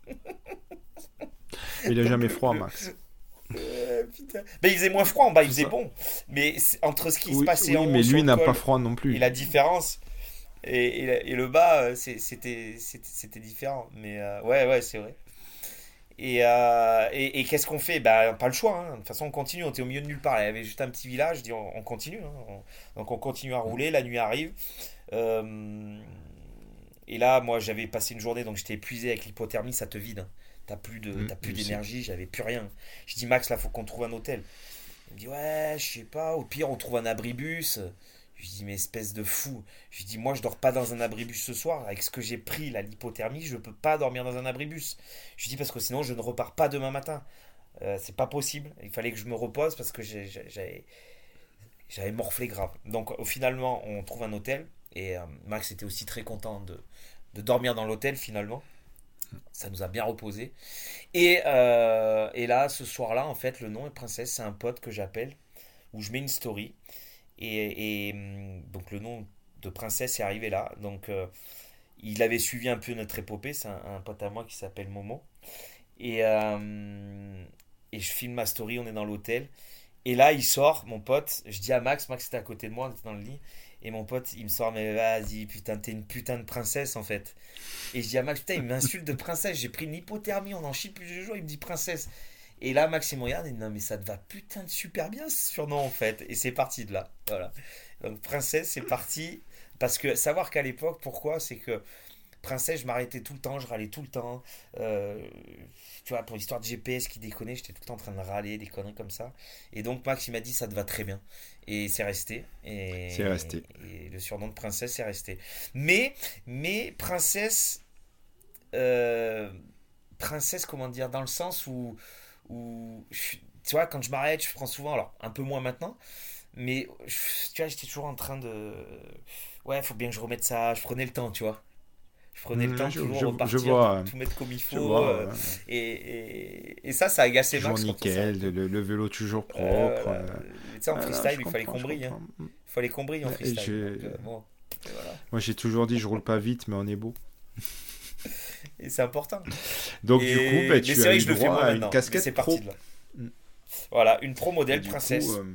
Il a Donc, jamais le, froid, le- Max. euh, putain. Ben, il faisait moins froid en bas, il C'est faisait ça. bon. Mais c'est- entre ce qui se Oui, passait en oui, haut mais sur lui le n'a pas col froid non et plus. la différence, et, et, et le bas, euh, c'est- c'était, c'était, c'était différent. Mais euh, ouais, ouais, c'est vrai. Et, euh, et, et qu'est-ce qu'on fait? Bah, pas le choix. hein. De toute façon, on continue. On était au milieu de nulle part. Il y avait juste un petit village. Je dis, on, on continue. hein. On- donc, on continue à rouler. La nuit arrive. Euh, et là, moi, j'avais passé une journée, donc j'étais épuisé avec l'hypothermie. Ça te vide. hein. T'as plus de, Mm, t'as plus je sais. d'énergie. J'avais plus rien. Je dis, Max, là, faut qu'on trouve un hôtel. Il me dit, ouais, je sais pas. Au pire, on trouve un abribus. Je lui dis, mais espèce de fou. Je lui dis, moi, je dors pas dans un abribus ce soir. Avec ce que j'ai pris, la l'hypothermie, je peux pas dormir dans un abribus. Je lui dis, parce que sinon, je ne repars pas demain matin. Euh, c'est pas possible. Il fallait que je me repose parce que j'ai- j'ai- j'avais, j'avais morflé grave. Donc, au- finalement, on trouve un hôtel. Et euh, Max était aussi très content de, de dormir dans l'hôtel, finalement. Ça nous a bien reposé. Et, euh, et là, ce soir-là, en fait, le nom est Princesse. C'est un pote que j'appelle, où je mets une story. Et, et, hum, donc le nom de Princesse est arrivé là. Donc euh, il avait suivi un peu notre épopée. C'est un, un pote à moi qui s'appelle Momo. Et, euh, et je filme ma story, on est dans l'hôtel. Et là, il sort, mon pote. Je dis à Max, Max était à côté de moi, on était dans le lit. Et mon pote, il me sort, mais vas-y, putain, t'es une putain de princesse en fait. Et je dis à Max, putain, il m'insulte de princesse. J'ai pris une hypothermie, on en chie plus de jours, il me dit princesse. Et là, Max, il me regarde et dit, non, mais ça te va putain de super bien ce surnom en fait. Et c'est parti de là. Voilà. Donc, princesse, c'est parti. Parce que savoir qu'à l'époque, pourquoi? C'est que princesse, je m'arrêtais tout le temps, je râlais tout le temps. Euh, tu vois, pour l'histoire de G P S qui déconnait, j'étais tout le temps en train de râler, des conneries comme ça. Et donc, Max, il m'a dit, ça te va très bien. Et c'est resté. C'est Et, resté. et le surnom de princesse est resté. Mais, mais princesse, euh, princesse, comment dire, dans le sens où, où je- tu vois, quand je m'arrête, je prends souvent, alors un peu moins maintenant, mais je- tu vois, j'étais toujours en train de. Ouais, faut bien que je remette ça. Je prenais le temps, tu vois. Je prenais le Mm, temps de Je, toujours je, je repartir, de vois, tout mettre comme il je faut. vois. euh, Ouais. et, et, et ça, ça a agacé Toujours Max quand on s'est nickel, arrêté. le, le vélo toujours Euh, propre. voilà. euh. Tu sais, en Ah non, je freestyle, il fallait comprends, qu'on je brille. Hein. comprends. Mm. Il fallait qu'on brille en Et freestyle. j'ai- Donc, euh, bon, et voilà. Moi, j'ai toujours dit, je roule pas vite, mais on est beau. Et c'est important. Donc, du coup, Et... ben, Mais tu c'est as vrai que eu je le fais droit moi à une maintenant. Mais c'est casquette parti pro. de là. Mm. Voilà, une pro Et modèle du princesse. coup, euh,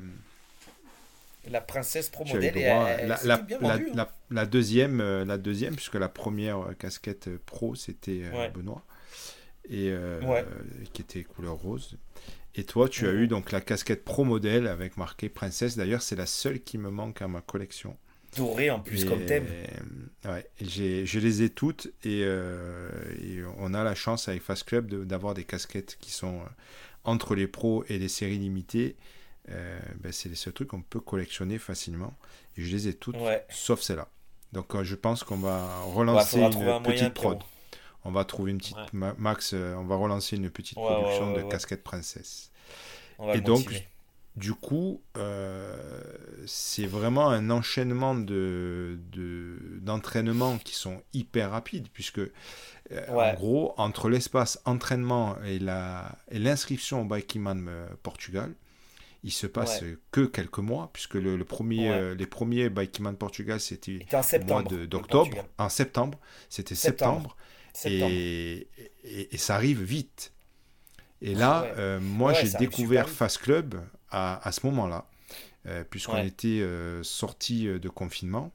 La princesse pro tu as eu modèle et droit. elle, elle La, s'était la, bien la, vendue. Hein. la, la deuxième, euh, la deuxième, puisque la première euh, casquette euh, pro, c'était euh, Ouais, Benoît, et euh, ouais. qui était couleur rose. Et toi, tu as eu Mhm. donc la casquette pro modèle avec marqué princesse. D'ailleurs, c'est la seule qui me manque à ma collection. Dorée en plus comme Et, thème. ouais, et j'ai, je les ai toutes et, euh, et on a la chance avec Fast Club de- d'avoir des casquettes qui sont euh, entre les pros et les séries limitées. Euh, ben, c'est les seuls trucs qu'on peut collectionner facilement. Et je les ai toutes, Ouais. sauf celle-là. Donc euh, je pense qu'on va Ouais, relancer faudra trouver une un moyen, petite Pierrot. prod. On va trouver une petite Ouais. ma- Max, euh, on va relancer une petite Ouais, ouais, production de ouais, ouais, ouais. casquettes princesse. On va Et le donc, motiver. du coup, euh, c'est vraiment un enchaînement de, de- d'entraînements qui sont hyper rapides, puisque, euh, en Ouais, gros, entre l'espace entraînement et, la, et l'inscription au Bikeman euh, Portugal, il se passe ouais, que quelques mois, puisque le, le premier, ouais. euh, les premiers Bikeman Portugal, c'était Et t'es en au mois septembre, de, le d'octobre, Portugal. en septembre, c'était Septembre. septembre, Septembre. et, et, et ça arrive vite. Et Ah là, ouais. euh, Ouais, moi, ouais, j'ai ça arrive super découvert vite. Fast Club à, à ce moment-là, euh, puisqu'on Ouais. était euh, sorti de confinement.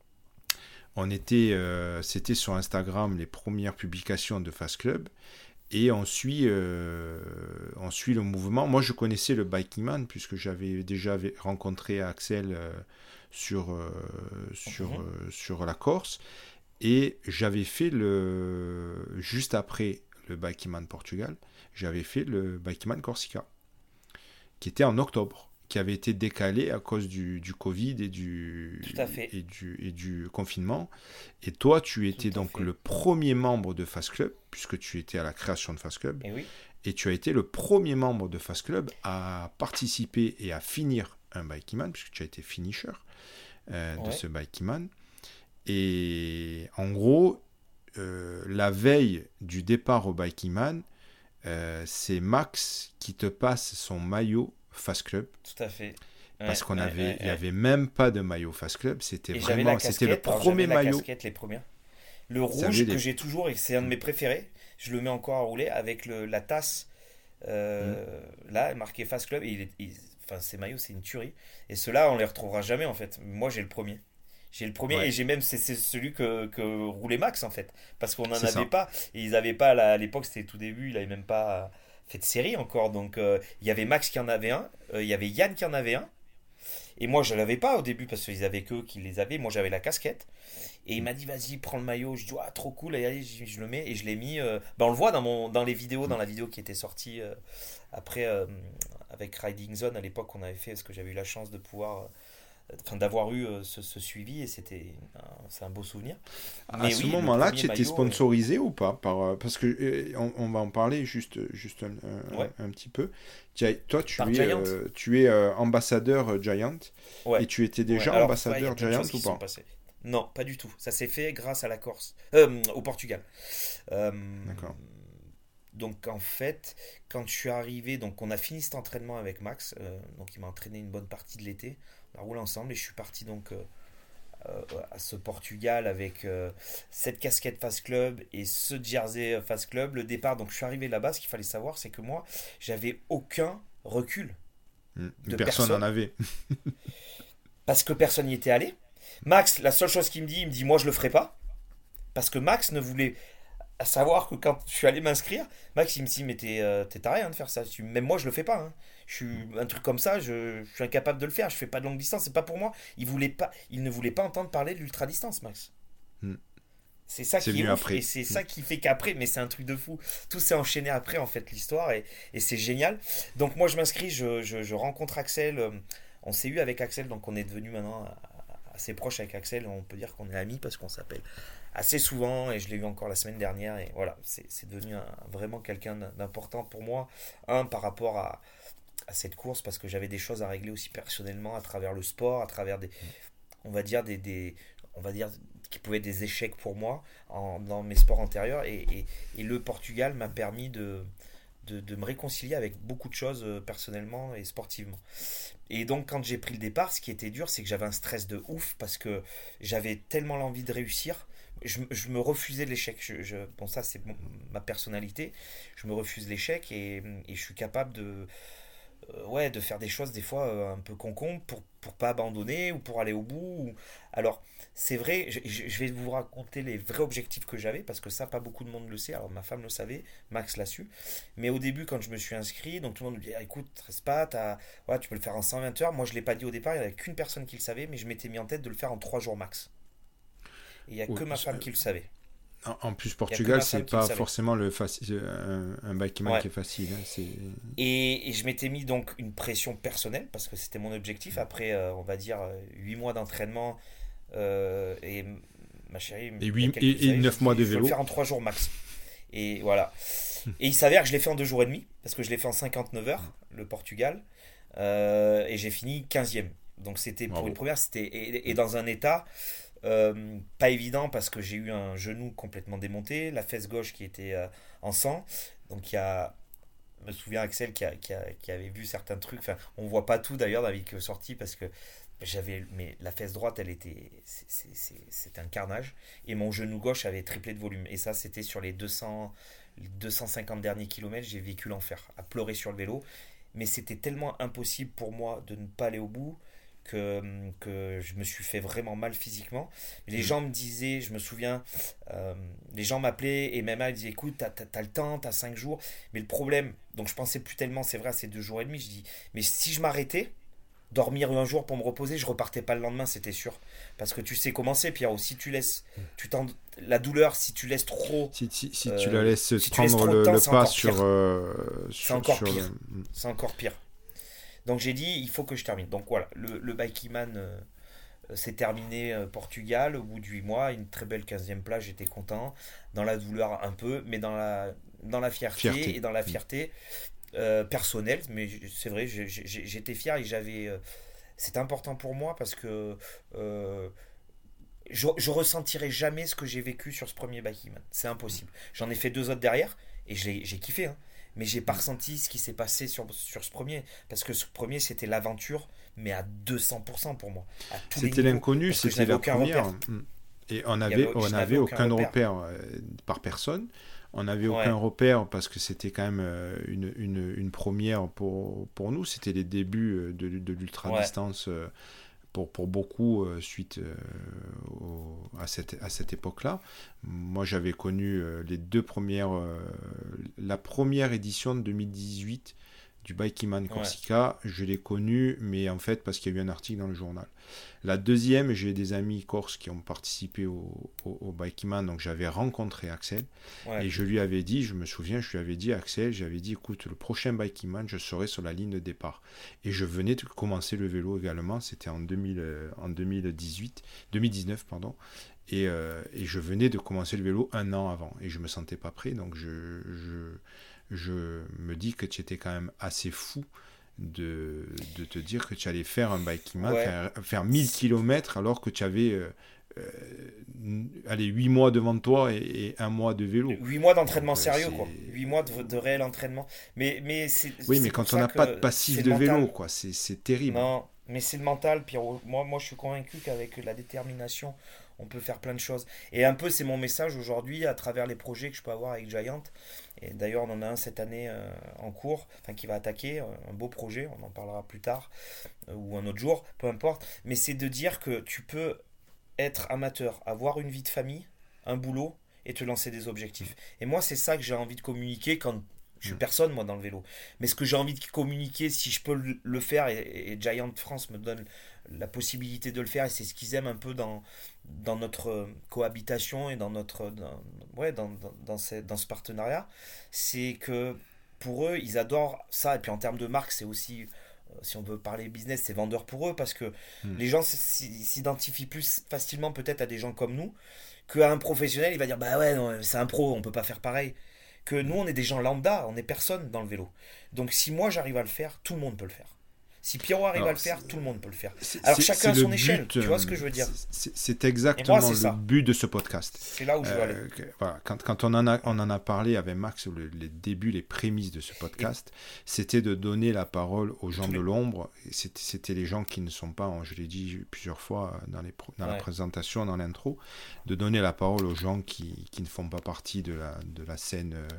On était, euh, c'était sur Instagram les premières publications de Fast Club, et on suit, euh, on suit le mouvement. Moi, je connaissais le Biking Man puisque j'avais déjà rencontré Axel euh, sur, euh, sur, Mhm. euh, sur la Corse, et j'avais fait le juste après le Biking Man Portugal, j'avais fait le Biking Man Corsica, qui était en octobre, qui avait été décalé à cause du, du Covid et Tout à du, fait. et, du, et du confinement. Et toi, tu Tout étais à donc fait. le premier membre de Fast Club, puisque tu étais à la création de Fast Club, Et oui. et tu as été le premier membre de Fast Club à participer et à finir un Bikeman, puisque tu as été finisher euh, de Ouais. ce Bikeman. Et en gros, euh, la veille du départ au Bikeman, euh, c'est Max qui te passe son maillot Fast Club, Tout à fait. parce Ouais, qu'on ouais, avait, ouais, il y ouais. avait même pas de maillot Fast Club, c'était Et j'avais la vraiment, c'était le casquette. Alors j'avais premier la maillot. casquette les premières. Le Ça avait rouge que les. j'ai toujours et que c'est un de Mm, mes préférés. Je le mets encore à rouler avec le, la tasse. mm. euh, là, marqué Fast Club. Et il est, il- enfin, ces maillots, c'est une tuerie. Et ceux-là, on les retrouvera jamais en fait. Moi, j'ai le premier. J'ai le premier et Ouais, j'ai même c'est c'est celui que, que roulait Max en fait parce qu'on n'en c'est avait ça. pas et ils avaient pas là, à l'époque c'était tout début il avait même pas fait de série encore donc euh, il y avait Max qui en avait un euh, il y avait Yann qui en avait un et moi je l'avais pas au début parce qu'ils avaient qu'eux qui les avaient moi j'avais la casquette et il Mm, m'a dit vas-y prends le maillot je dis ah trop cool et allez je, je le mets et je l'ai mis euh, ben, on le voit dans mon dans les vidéos mm. dans la vidéo qui était sortie euh, après euh, avec Riding Zone à l'époque on avait fait parce que j'avais eu la chance de pouvoir enfin d'avoir eu euh, ce, ce suivi et c'était un- c'est un beau souvenir. À Mais ce oui, le moment-là, premier tu étais maillot, euh, sponsorisé ou pas par, euh, parce que euh, on, on va en parler juste, juste un, ouais, un- un petit peu. Tu as- toi, par tu es, Giant. euh, tu es euh, ambassadeur euh, Giant, et Ouais, tu étais ouais. déjà Alors ouais, il y a ambassadeur plein de Giant choses ou qui sont pas? passées. Non, pas du tout. Ça s'est fait grâce à la Corse, Euh, au Portugal. Euh, D'accord. donc en fait, quand je suis arrivé, donc on a fini cet entraînement avec Max. Euh, donc il m'a entraîné une bonne partie de l'été. On a roulé ensemble et je suis parti donc euh, euh, à ce Portugal avec euh, cette casquette Fast Club et ce jersey Fast Club. Le départ, donc je suis arrivé là-bas, ce qu'il fallait savoir, c'est que moi, j'avais aucun recul Mm. de Personne n'en personne avait. parce que personne n'y était allé. Max, la seule chose qu'il me dit, il me dit moi je le ferai pas parce que Max ne voulait à savoir que quand je suis allé m'inscrire, Max il me dit mais t'es euh, t'es taré hein, de faire ça. Même moi je le fais pas. Hein. Je suis un truc comme ça, je, je suis incapable de le faire. Je fais pas de longue distance, c'est pas pour moi. Il voulait pas, il ne voulait pas entendre parler de l'ultra distance, Max. Mm. C'est ça C'est qui est venu ouf et après. c'est Mm. ça qui fait qu'après, mais c'est un truc de fou. Tout s'est enchaîné après en fait l'histoire et, et c'est génial. Donc moi je m'inscris, je, je, je rencontre Axel. euh, On s'est eu avec Axel, donc on est devenu maintenant assez proche avec Axel. On peut dire qu'on est amis parce qu'on s'appelle assez souvent et je l'ai eu encore la semaine dernière et voilà, c'est c'est devenu un- vraiment quelqu'un d'important pour moi. Un par rapport à, à cette course parce que j'avais des choses à régler aussi personnellement à travers le sport, à travers des, on va dire des, des on va dire qui pouvaient être des échecs pour moi en, dans mes sports antérieurs et, et, et le Portugal m'a permis de, de, de me réconcilier avec beaucoup de choses euh, personnellement et sportivement. Et donc quand j'ai pris le départ, ce qui était dur, c'est que j'avais un stress de ouf parce que j'avais tellement l'envie de réussir. Je, je me refusais l'échec. Je, je, bon, ça, c'est mon- ma personnalité. Je me refuse l'échec et, et je suis capable de, euh, ouais, de faire des choses des fois euh, un peu concon pour, pour pas abandonner ou pour aller au bout. ou- Alors, c'est vrai, je, je- je vais vous raconter les vrais objectifs que j'avais parce que ça, pas beaucoup de monde le sait. Alors, ma femme le savait, Max l'a su. Mais au début, quand je me suis inscrit, donc tout le monde me dit ah, écoute, stresse pas, t'as- ouais, tu peux le faire en cent vingt heures. Moi, je l'ai pas dit au départ, il n'y avait qu'une personne qui le savait, mais je m'étais mis en tête de le faire en trois jours max. Et il n'y a Oui, que ma femme qui le savait. en, en plus, Il n'y a que Portugal, ma c'est femme qui le pas savait. forcément le faci- un, un bikeman Ouais. qui est facile. Hein, c'est... Et, et je m'étais mis donc une pression personnelle parce que c'était mon objectif après, euh, on va dire, huit mois d'entraînement. euh, et m- ma chérie, Et, il y a huit, quelques et, et années, je lui neuf mois dis, de je veux le vélo. faire en trois jours max. Et voilà. Et il s'avère que je l'ai fait en deux jours et demi parce que je l'ai fait en cinquante-neuf heures, le Portugal. euh, et j'ai fini quinzième. Donc c'était pour une Bravo. première, c'était et, et dans un état euh, pas évident parce que j'ai eu un genou complètement démonté, la fesse gauche qui était euh, en sang. Donc il y a, je me souviens Axel qui, a- qui, a- qui avait vu certains trucs. Enfin, on voit pas tout d'ailleurs dans la vidéo sortie parce que j'avais, mais la fesse droite, elle était, c'est- c'est- c'est- c'était un carnage. Et mon genou gauche avait triplé de volume. Et ça, c'était sur les deux cents, les deux cent cinquante derniers kilomètres. J'ai vécu l'enfer, à pleurer sur le vélo. Mais c'était tellement impossible pour moi de ne pas aller au bout que, que je me suis fait vraiment mal physiquement. Les Mm. gens me disaient, je me souviens, euh, les gens m'appelaient et même ils disaient écoute, t'as, t'as, t'as le temps, t'as cinq jours. Mais le problème, donc je pensais plus tellement, c'est vrai, à ces deux jours et demi, je dis, mais si je m'arrêtais, dormir un jour pour me reposer, je repartais pas le lendemain, c'était sûr. Parce que tu sais comment c'est, Pierrot, si tu laisses, tu t'en, la douleur, si tu laisses trop, Si, si, si tu la euh, laisses si tu laisses prendre trop de le, temps, le c'est pas encore sur, pire. euh, C'est sur, encore sur le... pire. Mm. C'est encore pire. Donc j'ai dit, il faut que je termine. Donc voilà, le, le Bikeman euh, s'est terminé euh, Portugal au bout de huit mois. Une très belle quinzième place, j'étais content. Dans la douleur un peu, mais dans la, dans la fierté. Fierté. Et dans la Mm. fierté euh, personnelle. Mais c'est vrai, j'ai- j'ai- j'étais fier et j'avais. euh, c'est important pour moi parce que euh, je, je ressentirai jamais ce que j'ai vécu sur ce premier Bikeman. C'est impossible. J'en ai fait deux autres derrière et j'ai j'ai kiffé. Hein. Mais j'ai pas Mm. ressenti ce qui s'est passé sur, sur ce premier. Parce que ce premier, c'était l'aventure, mais à deux cents pour cent pour moi. À tous les C'était niveaux. l'inconnu, Parce que je c'était n'avais la aucun première. repère. Mm. Et on Il y avait, avait, on je n'avais n'avait aucun aucun repère. repère euh, par personne. On n'avait aucun Ouais, repère parce que c'était quand même euh, une, une, une première pour, pour nous. C'était les débuts euh, de, de ouais, l'ultra-distance euh, pour, pour beaucoup euh, suite euh, au- à cette, à cette époque-là. Moi, j'avais connu euh, les deux premières... euh, la première édition de deux mille dix-huit du Bikeman ouais, Corsica, je l'ai connu, mais en fait parce qu'il y a eu un article dans le journal. La deuxième, j'ai des amis corses qui ont participé au, au, au Bikeman, donc j'avais rencontré Axel, ouais. et je lui avais dit, je me souviens, je lui avais dit, Axel, j'avais dit, écoute, le prochain Bikeman, je serai sur la ligne de départ. Et je venais de commencer le vélo également, c'était en, deux mille, euh, en deux mille dix-huit, deux mille dix-neuf, pardon, et, euh, et je venais de commencer le vélo un an avant, et je me sentais pas prêt, donc je, je, je me dis que tu étais quand même assez fou de, de te dire que tu allais faire un Bikeman, Ouais. faire, faire mille kilomètres alors que tu avais euh, euh, allez, huit mois devant toi et, et un mois de vélo. Huit mois Donc d'entraînement euh, sérieux, quoi. c'est... Huit mois de, de réel entraînement. Mais, mais c'est Oui, mais c'est pour quand on ça n'a pas de que passif c'est le de vélo, mental. quoi, c'est, c'est terrible. Non, mais c'est le mental, Pierrot. Moi, moi, je suis convaincu qu'avec la détermination, on peut faire plein de choses. Et un peu, c'est mon message aujourd'hui à travers les projets que je peux avoir avec Giant. Et d'ailleurs, on en a un cette année euh, en cours, enfin qui va attaquer, euh, un beau projet, on en parlera plus tard, euh, ou un autre jour, peu importe. Mais c'est de dire que tu peux être amateur, avoir une vie de famille, un boulot, et te lancer des objectifs. Et moi, c'est ça que j'ai envie de communiquer quand je suis Mm. personne, moi, dans le vélo. Mais ce que j'ai envie de communiquer, si je peux le le faire, et, et Giant France me donne la possibilité de le faire, et c'est ce qu'ils aiment un peu dans, dans notre cohabitation et dans notre dans, ouais, dans, dans, dans, ce, dans ce partenariat, c'est que pour eux, ils adorent ça. Et puis en termes de marque, c'est aussi, euh, si on veut parler business, c'est vendeur pour eux, parce que Mm. les gens s- s'identifient plus facilement peut-être à des gens comme nous qu'à un professionnel. Il va dire bah ouais, non, c'est un pro, on peut pas faire pareil. Que nous, on est des gens lambda, on est personne dans le vélo. Donc si moi j'arrive à le faire, tout le monde peut le faire. Si Pierrot arrive à Alors, le faire, tout le monde peut le faire. c'est, Alors c'est, chacun c'est à le son échelle, but, tu vois euh, ce que je veux dire. c'est, c'est- c'est Et moi, exactement c'est le ça. but de ce podcast. C'est là où je veux aller. Euh, que- voilà, quand, quand on, en a, on en a parlé avec Max, le- les débuts, les prémices de ce Et podcast, c'était de donner la parole aux gens tous de les... l'ombre. Et C'était, c'était les gens qui ne sont pas, je l'ai dit plusieurs fois dans, les, pro- dans la Ouais, présentation, dans l'intro, de donner la parole aux gens qui, qui ne font pas partie de la, de la scène euh,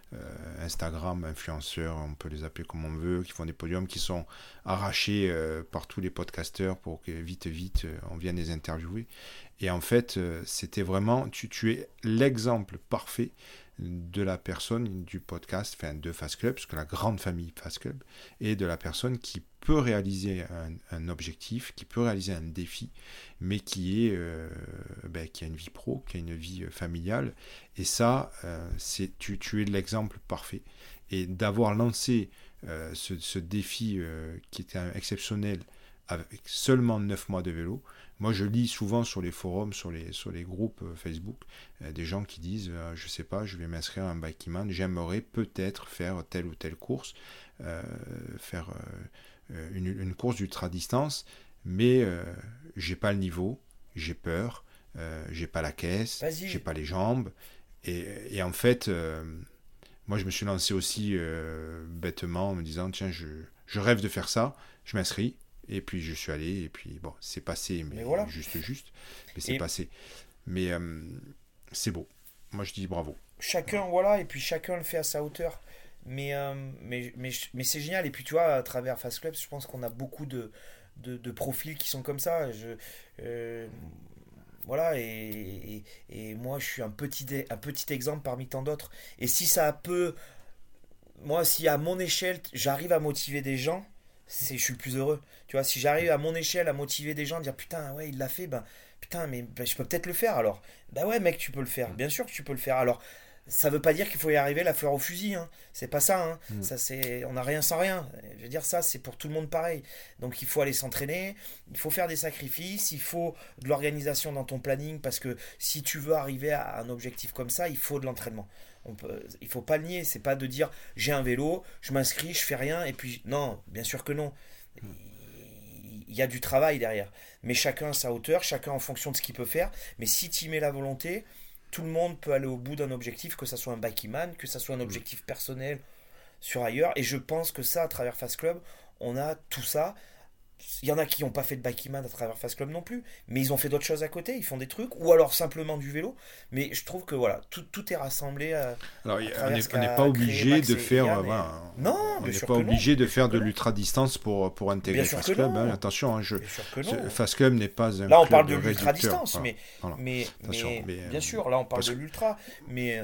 euh, Instagram, influenceurs, on peut les appeler comme on veut, qui font des podiums, qui sont arrachés euh, par tous les podcasteurs pour que vite, vite, euh, on vienne les interviewer. Et en fait, euh, c'était vraiment, tu, tu es l'exemple parfait de la personne du podcast, enfin de Fast Club, parce que la grande famille Fast Club, et de la personne qui peut réaliser un, un objectif, qui peut réaliser un défi, mais qui, est, euh, ben, qui a une vie pro, qui a une vie familiale. Et ça, euh, c'est, tu, tu es l'exemple parfait. Et d'avoir lancé euh, ce, ce défi euh, qui était exceptionnel avec seulement neuf mois de vélo. Moi, je lis souvent sur les forums, sur les, sur les groupes euh, Facebook, euh, des gens qui disent euh, je sais pas, je vais m'inscrire à un Bikeman, j'aimerais peut-être faire telle ou telle course, euh, faire euh, une, une course d'ultra-distance, mais euh, j'ai pas le niveau, j'ai peur, euh, j'ai pas la caisse, Vas-y. j'ai pas les jambes. Et, et en fait, euh, moi, je me suis lancé aussi euh, bêtement en me disant tiens, je, je rêve de faire ça, je m'inscris. Et puis je suis allé, et puis bon, c'est passé, mais, Mais voilà. juste, juste, mais c'est Et passé. Mais euh, c'est beau. Moi, je dis bravo. chacun, voilà, et puis chacun le fait à sa hauteur. Mais, euh, mais, mais, mais c'est génial. Et puis tu vois, à travers Fast Club, je pense qu'on a beaucoup de, de, de profils qui sont comme ça. Je, euh, voilà, et, et, et moi, je suis un petit, un petit exemple parmi tant d'autres. Et si ça peut, moi, si à mon échelle, j'arrive à motiver des gens, c'est, je suis le plus heureux. Tu vois, si j'arrive à mon échelle à motiver des gens, à dire putain, ouais, il l'a fait, ben putain, mais ben, je peux peut-être le faire alors. Bah ouais, mec, tu peux le faire. Bien sûr que tu peux le faire. Alors, ça veut pas dire qu'il faut y arriver la fleur au fusil, hein. C'est pas ça, hein. Mm. Ça, c'est, on n'a rien sans rien. Je veux dire, ça, c'est pour tout le monde pareil. Donc, il faut aller s'entraîner, il faut faire des sacrifices, il faut de l'organisation dans ton planning parce que si tu veux arriver à un objectif comme ça, il faut de l'entraînement. On peut, il faut pas le nier. C'est pas de dire j'ai un vélo, je m'inscris, je fais rien et puis non, bien sûr que non. Il y a du travail derrière. Mais chacun à sa hauteur, chacun en fonction de ce qu'il peut faire. Mais si tu y mets la volonté, tout le monde peut aller au bout d'un objectif, que ça soit un Bikeman, que ça soit un objectif personnel sur ailleurs. Et je pense que ça, à travers Fast Club, on a tout ça. Il y en a qui n'ont pas fait de Bikeman à travers Fast Club non plus, mais ils ont fait d'autres choses à côté, ils font des trucs, ou alors simplement du vélo. Mais je trouve que voilà, tout, tout est rassemblé à, Alors, à on travers ce n'est qu'a pas créé obligé Max de et faire, Yann. euh, Et... voilà, Non, on bien n'est sûr pas que non. obligé de Bien sûr faire que de non. l'ultra-distance pour, pour intégrer Bien sûr Fast que Club. Hein. non. Attention, hein, je, Bien sûr que ce- non. Fast Club n'est pas un Là, on club parle de réducteur. l'ultra-distance, Voilà, mais, voilà. mais, Attention, mais, mais, bien euh, sûr, là, on parle parce de que l'ultra, mais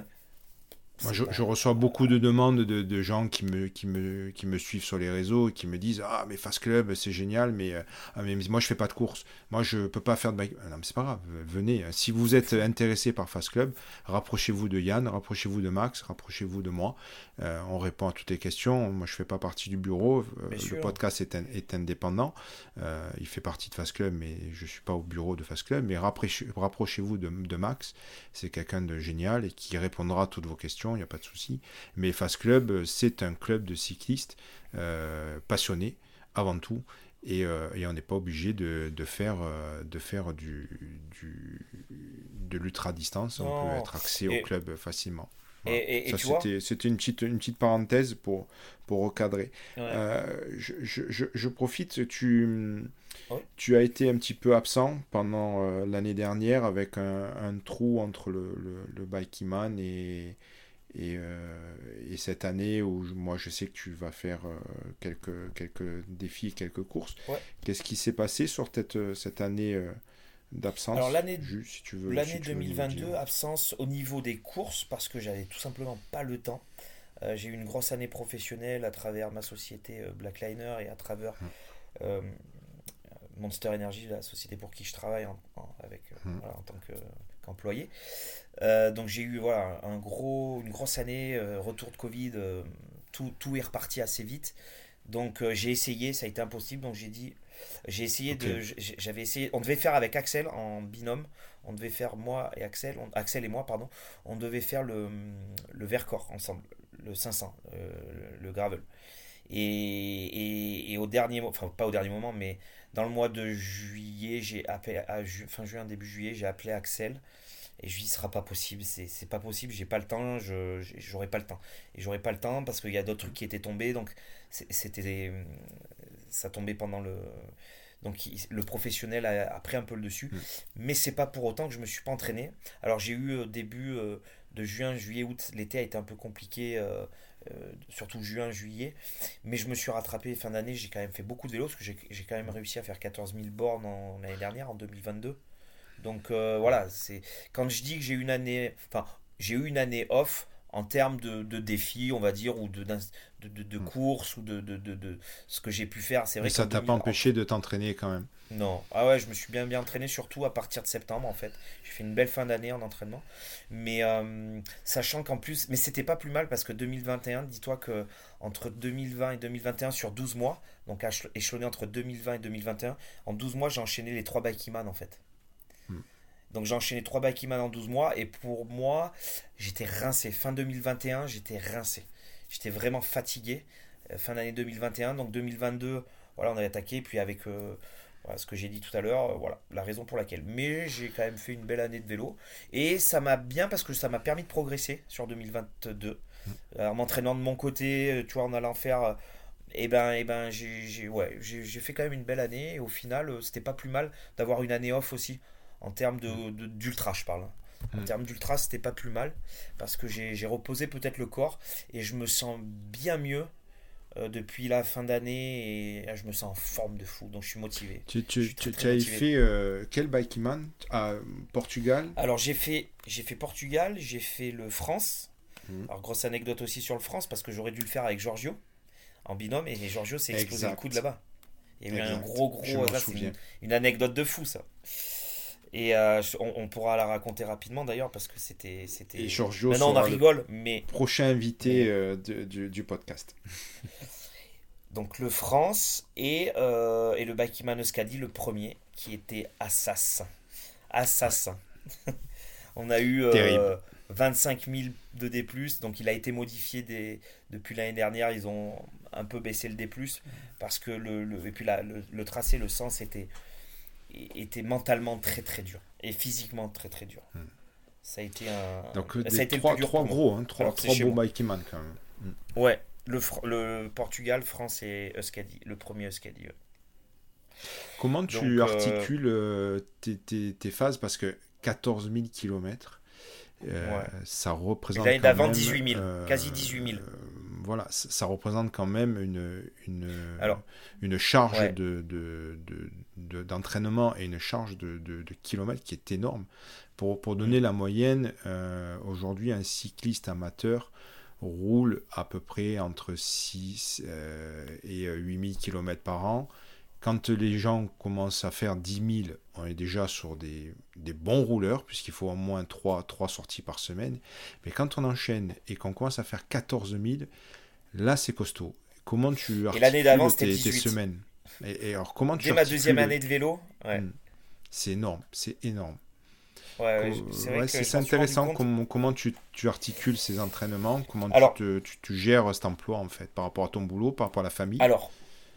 moi, c'est je, pas... je reçois beaucoup de demandes de, de gens qui me, qui, me, qui me suivent sur les réseaux et qui me disent ah, mais Fast Club, c'est génial, mais, euh, ah, mais moi, je fais pas de course. Moi, je peux pas faire de bike. Ah, non, mais c'est pas grave, venez. Si vous êtes intéressé par Fast Club, rapprochez-vous de Yann, rapprochez-vous de Max, rapprochez-vous de moi. Euh, on répond à toutes les questions. Moi, je fais pas partie du bureau. Euh, Bien le sûr. podcast est, un- est indépendant. Euh, il fait partie de Fast Club, mais je suis pas au bureau de Fast Club. Mais rapprochez- rapprochez-vous de, de Max. C'est quelqu'un de génial et qui répondra à toutes vos questions. Il n'y a pas de souci. Mais Fast Club, c'est un club de cyclistes euh, passionnés avant tout. Et, euh, et on n'est pas obligé de, de faire, euh, de, faire du, du, de l'ultra-distance. On peut Non. être accès au Et, club facilement. et, Voilà. et, et Ça, tu vois, c'était, c'était une, petite, une petite parenthèse pour, pour recadrer. ouais. Euh, je, je, je, je profite, tu, Ouais. tu as été un petit peu absent pendant euh, l'année dernière avec un, un trou entre le, le, le Bikeman et, et, euh, et cette année où je- moi je sais que tu vas faire euh, quelques, quelques défis, quelques courses. Ouais. Qu'est-ce qui s'est passé sur cette, euh, cette année euh, Alors d'absence? l'année Juste, si tu veux, l'année si tu veux nous le dire. deux mille vingt-deux, absence au niveau des courses parce que j'avais tout simplement pas le temps. Euh, j'ai eu une grosse année professionnelle à travers ma société euh, Blackliner et à travers Hum, euh, Monster Energy, la société pour qui je travaille en, en- avec, euh, hum, voilà, en tant que- qu'employé. Euh, donc j'ai eu voilà, un gros, une grosse année, euh, retour de Covid, euh, tout, tout est reparti assez vite. Donc euh, j'ai essayé, ça a été impossible. Donc j'ai dit, j'ai essayé Ok. de, j'ai- j'avais essayé, on devait faire avec Axel en binôme, on devait faire moi et Axel, on- Axel et moi pardon, on devait faire le, le Vercors ensemble, le cinq cents, euh, le, le gravel. Et, et, et au dernier, mo- enfin pas au dernier moment, mais dans le mois de juillet, j'ai appelé, à ju- fin juin, début juillet, j'ai appelé Axel et je lui ai dit, ce sera pas possible, c'est c'est pas possible, j'ai pas le temps, je j'ai- j'aurai pas le temps. Et j'aurai pas le temps parce qu'il y a d'autres trucs qui étaient tombés, donc c'est- c'était ça tombait pendant le donc il- le professionnel a, a pris un peu le dessus, Hum, mais c'est pas pour autant que je me suis pas entraîné. Alors j'ai eu au début euh, de juin, juillet, août. L'été a été un peu compliqué, euh, euh, surtout juin, juillet. Mais je me suis rattrapé fin d'année. J'ai quand même fait beaucoup de vélo parce que j'ai j'ai quand même réussi à faire quatorze mille bornes en, l'année dernière, en deux mille vingt-deux. Donc euh, voilà, c'est quand je dis que j'ai une année, enfin j'ai eu une année off en termes de, de défis, on va dire, ou de, d'ins- de, de, de Mm. courses ou de, de, de, de ce que j'ai pu faire. C'est Mais vrai qu'en ça t'a pas deux mille, empêché de t'entraîner quand même. non. Ah ouais, je me suis bien bien entraîné, surtout à partir de septembre en fait. J'ai fait une belle fin d'année en entraînement. Mais euh, sachant qu'en plus, mais c'était pas plus mal parce que deux mille vingt et un, dis-toi que entre deux mille vingt et deux mille vingt et un sur douze mois, donc échelonné échelonné entre deux mille vingt et deux mille vingt et un, en douze mois j'ai enchaîné les trois Bikeman en fait. Mm. Donc j'ai enchaîné trois Bikeman en douze mois et pour moi, j'étais rincé. Fin deux mille vingt et un, j'étais rincé. J'étais vraiment fatigué. Euh, Fin d'année deux mille vingt et un, donc deux mille vingt-deux, voilà, on avait attaqué. Puis avec euh, voilà, ce que j'ai dit tout à l'heure, euh, voilà, la raison pour laquelle. Mais j'ai quand même fait une belle année de vélo. Et ça m'a bien parce que ça m'a permis de progresser sur deux mille vingt-deux. Euh, en m'entraînant de mon côté, euh, tu vois, en allant faire. euh, Et ben, et ben j'ai j'ai- ouais, j'ai j'ai fait quand même une belle année. Et au final, euh, c'était pas plus mal d'avoir une année off aussi. En termes Mm. de, de- d'ultra, je parle, hein. En Mm. termes d'ultra, c'était pas plus mal. Parce que j'ai j'ai reposé peut-être le corps. Et je me sens bien mieux euh, depuis la fin d'année. Et là, je me sens en forme de fou. Donc je suis motivé. Tu, Je tu, suis très tu, très tu avais motivé. fait euh, quel Bikeman à Portugal? Alors j'ai fait, j'ai fait Portugal, j'ai fait le France. Mm. Alors grosse anecdote aussi sur le France. Parce que j'aurais dû le faire avec Giorgio en binôme. Et Giorgio s'est explosé le coude Exact, là-bas. Il y a eu un exact. gros Je gros. m'en Ça, c'est une, souviens. une anecdote de fou ça. Et euh, on, on pourra la raconter rapidement d'ailleurs parce que c'était, Et c'était. Giorgio Maintenant on en sera le rigole, mais, prochain invité mais euh, de- du, du podcast. donc le France et, euh, et le Bikeman Euskadi, le premier, qui était Assassin. Ouais, Assassin. On a eu terrible. euh, vingt-cinq mille de D plus, donc il a été modifié des, depuis l'année dernière. Ils ont un peu baissé le D plus parce que le, le- et puis la- le, le tracé, le sens était, était mentalement très très dur et physiquement très très dur. Mm. Ça a été un, Donc euh, ça a des été le plus trois, dur trois pour moi, gros, hein, trois, alors que c'est trois chez beaux moi. Bikeman quand même. Mm. Ouais, le, Fr- le Portugal, France et Euskadi, le premier Euskadi. Ouais. Comment tu Donc, euh, articules euh, tes, tes- tes phases? Parce que quatorze mille kilomètres, ouais. ça Et représente l'année quand d'avant, même, dix-huit mille, quasi euh, dix-huit mille. voilà, ça, ça représente quand même une, une, Alors, une charge ouais. de, de- de- de- d'entraînement et une charge de, de- de kilomètres qui est énorme. Pour, pour Mm. donner la moyenne, euh, aujourd'hui, un cycliste amateur roule à peu près entre six euh, et huit mille kilomètres par an. Quand les gens commencent à faire dix mille, on est déjà sur des, des bons rouleurs, puisqu'il faut au moins trois trois sorties par semaine. Mais quand on enchaîne et qu'on commence à faire quatorze mille, là c'est costaud. Comment tu Et l'année d'avant, articules c'était tes, tes dix-huit. semaines? et, et alors, comment tu Dès ma deuxième articules? année de vélo, ouais. Hmm, c'est énorme, c'est énorme. Ouais, ouais, je- Co- c'est vrai Ouais, que c'est je c'est m'en suis rendu intéressant compte. comment, comment tu, tu articules ces entraînements, comment tu, Alors, te, tu, tu gères cet emploi en fait, par rapport à ton boulot, par rapport à la famille. alors,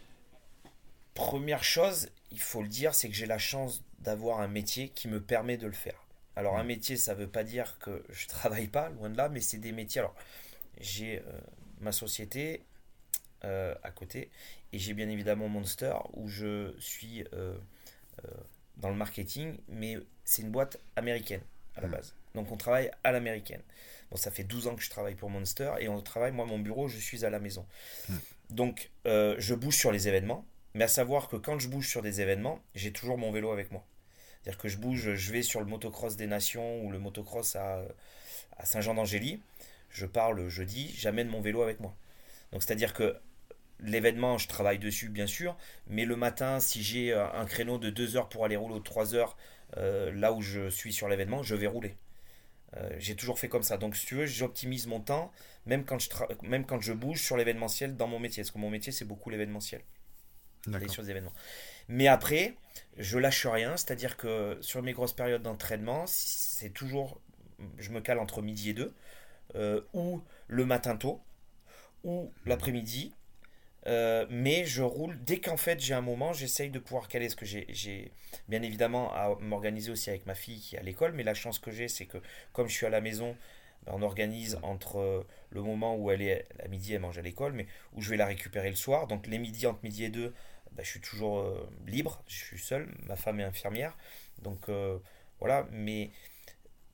première chose, il faut le dire, c'est que j'ai la chance d'avoir un métier qui me permet de le faire. Alors, un Hmm, métier, ça veut pas dire que je travaille pas, loin de là, mais c'est des métiers. Alors, j'ai euh, ma société euh, à côté et j'ai bien évidemment Monster où je suis euh, euh, dans le marketing, mais c'est une boîte américaine à la hmm, base. Donc, on travaille à l'américaine. Bon, ça fait douze ans que je travaille pour Monster et on travaille, moi, mon bureau, je suis à la maison. hmm, Donc, euh, je bouge sur les événements, mais à savoir que quand je bouge sur des événements, j'ai toujours mon vélo avec moi. C'est-à-dire que je bouge, je vais sur le motocross des Nations ou le motocross à, à Saint-Jean-d'Angély, je pars le jeudi, j'amène mon vélo avec moi. Donc, c'est-à-dire que l'événement, je travaille dessus, bien sûr, mais le matin, si j'ai euh, un créneau de deux heures pour aller rouler ou de trois heures euh, là où je suis sur l'événement, je vais rouler. Euh, j'ai toujours fait comme ça. Donc, si tu veux, j'optimise mon temps, même quand je, tra- même quand je bouge sur l'événementiel dans mon métier. Parce que mon métier, c'est beaucoup l'événementiel, d'aller d'accord. sur des événements. Mais après, je lâche rien, c'est-à-dire que sur mes grosses périodes d'entraînement, c'est toujours, je me cale entre midi et deux, euh, ou le matin tôt, ou Hmm, l'après-midi. Euh, mais je roule dès qu'en fait j'ai un moment, j'essaye de pouvoir caler ce que j'ai, j'ai bien évidemment à m'organiser aussi avec ma fille qui est à l'école. Mais la chance que j'ai, c'est que comme je suis à la maison, ben, on organise entre euh, le moment où elle est à midi, elle mange à l'école, mais où je vais la récupérer le soir. Donc les midis entre midi et deux, ben, je suis toujours euh, libre, je suis seul, ma femme est infirmière, donc euh, voilà. Mais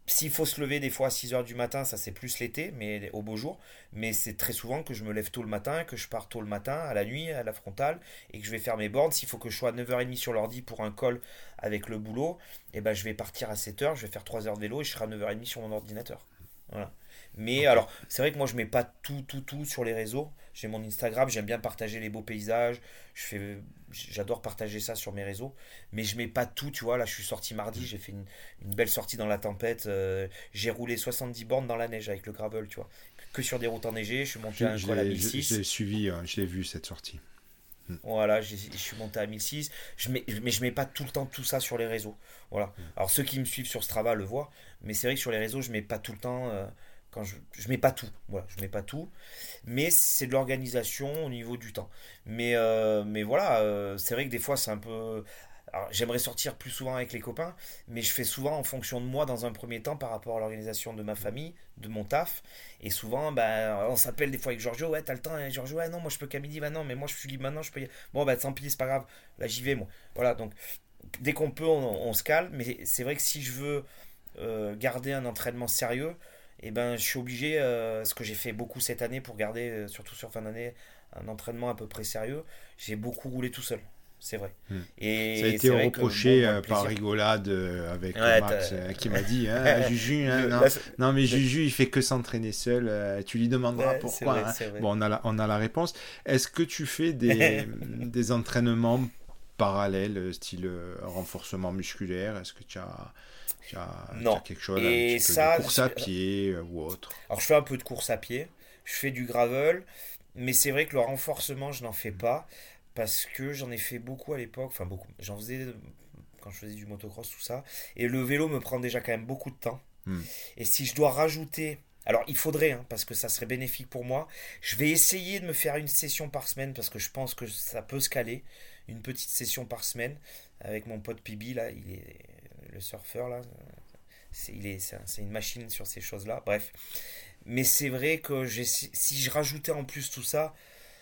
S'il faut se lever des fois à six heures du matin, ça c'est plus l'été, mais au beau jour. Mais c'est très souvent que je me lève tôt le matin, que je pars tôt le matin, à la nuit, à la frontale, et que je vais faire mes bornes. S'il faut que je sois à neuf heures trente sur l'ordi pour un call avec le boulot, et ben je vais partir à sept heures, je vais faire trois heures de vélo et je serai à neuf heures trente sur mon ordinateur. Voilà. Mais Ok. alors, c'est vrai que moi je mets pas tout, tout, tout sur les réseaux. J'ai mon Instagram, j'aime bien partager les beaux paysages. Je fais, j'adore partager ça sur mes réseaux. Mais je mets pas tout, tu vois. Là, je suis sorti mardi, j'ai fait une, une belle sortie dans la tempête. Euh, j'ai roulé soixante-dix bornes dans la neige avec le gravel, tu vois. Que sur des routes enneigées. Je suis monté à Je, un je col à l'ai je, je mille six. l'ai suivi, euh, je l'ai vu cette sortie. Hmm. Voilà, j'ai- je suis monté à mille six. Je mets, mais je mets pas tout le temps tout ça sur les réseaux. Voilà. Alors ceux qui me suivent sur Strava le voient, mais c'est vrai que sur les réseaux, je mets pas tout le temps. Euh, quand je, je mets pas tout. Voilà, je mets pas tout. Mais c'est de l'organisation au niveau du temps. Mais, euh, mais voilà, euh, c'est vrai que des fois, c'est un peu. Alors, j'aimerais sortir plus souvent avec les copains, mais je fais souvent en fonction de moi dans un premier temps par rapport à l'organisation de ma famille, de mon taf. Et souvent, bah, on s'appelle des fois avec Giorgio, ouais, t'as le temps, hein, Giorgio, ouais, non, moi je peux qu'à midi, bah non, mais moi je suis libre maintenant, je peux y... Bon, bah tant pis, c'est pas grave, là j'y vais, moi. Voilà, donc dès qu'on peut, on, on se calme, mais c'est vrai que si je veux euh, garder un entraînement sérieux, et ben je suis obligé, euh, ce que j'ai fait beaucoup cette année pour garder, euh, surtout sur fin d'année, un entraînement à peu près sérieux, j'ai beaucoup roulé tout seul, c'est vrai. Hmm. Ça a Et été c'est vrai que bon, reproché moi le euh, par plaisir. rigolade euh, avec euh, Ouais, Max t'as- euh, qui m'a dit hein, Juju, hein, le- non, là, non mais le- Juju il fait que s'entraîner seul, euh, tu lui demanderas ouais, c'est pourquoi. vrai, Hein. c'est vrai. Bon, on a la, on a la réponse. Est-ce que tu fais des, des entraînements parallèles, euh, style euh, renforcement musculaire? Est-ce que tu as, tu as, tu as Non. quelque chose, un Et petit peu de ça, course à pied euh, ou autre? alors je fais un peu de course à pied, je fais du gravel, mais c'est vrai que le renforcement, je n'en fais pas parce que j'en ai fait beaucoup à l'époque, enfin beaucoup, j'en faisais quand je faisais du motocross, tout ça, et le vélo me prend déjà quand même beaucoup de temps. Hmm. Et si je dois rajouter, alors il faudrait, hein, parce que ça serait bénéfique pour moi, je vais essayer de me faire une session par semaine parce que je pense que ça peut se caler, une petite session par semaine avec mon pote Pibi, là, il est le surfeur, là, c'est, il est, c'est, un- c'est une machine sur ces choses-là, bref. Mais c'est vrai que j'ai, si je rajoutais en plus tout ça,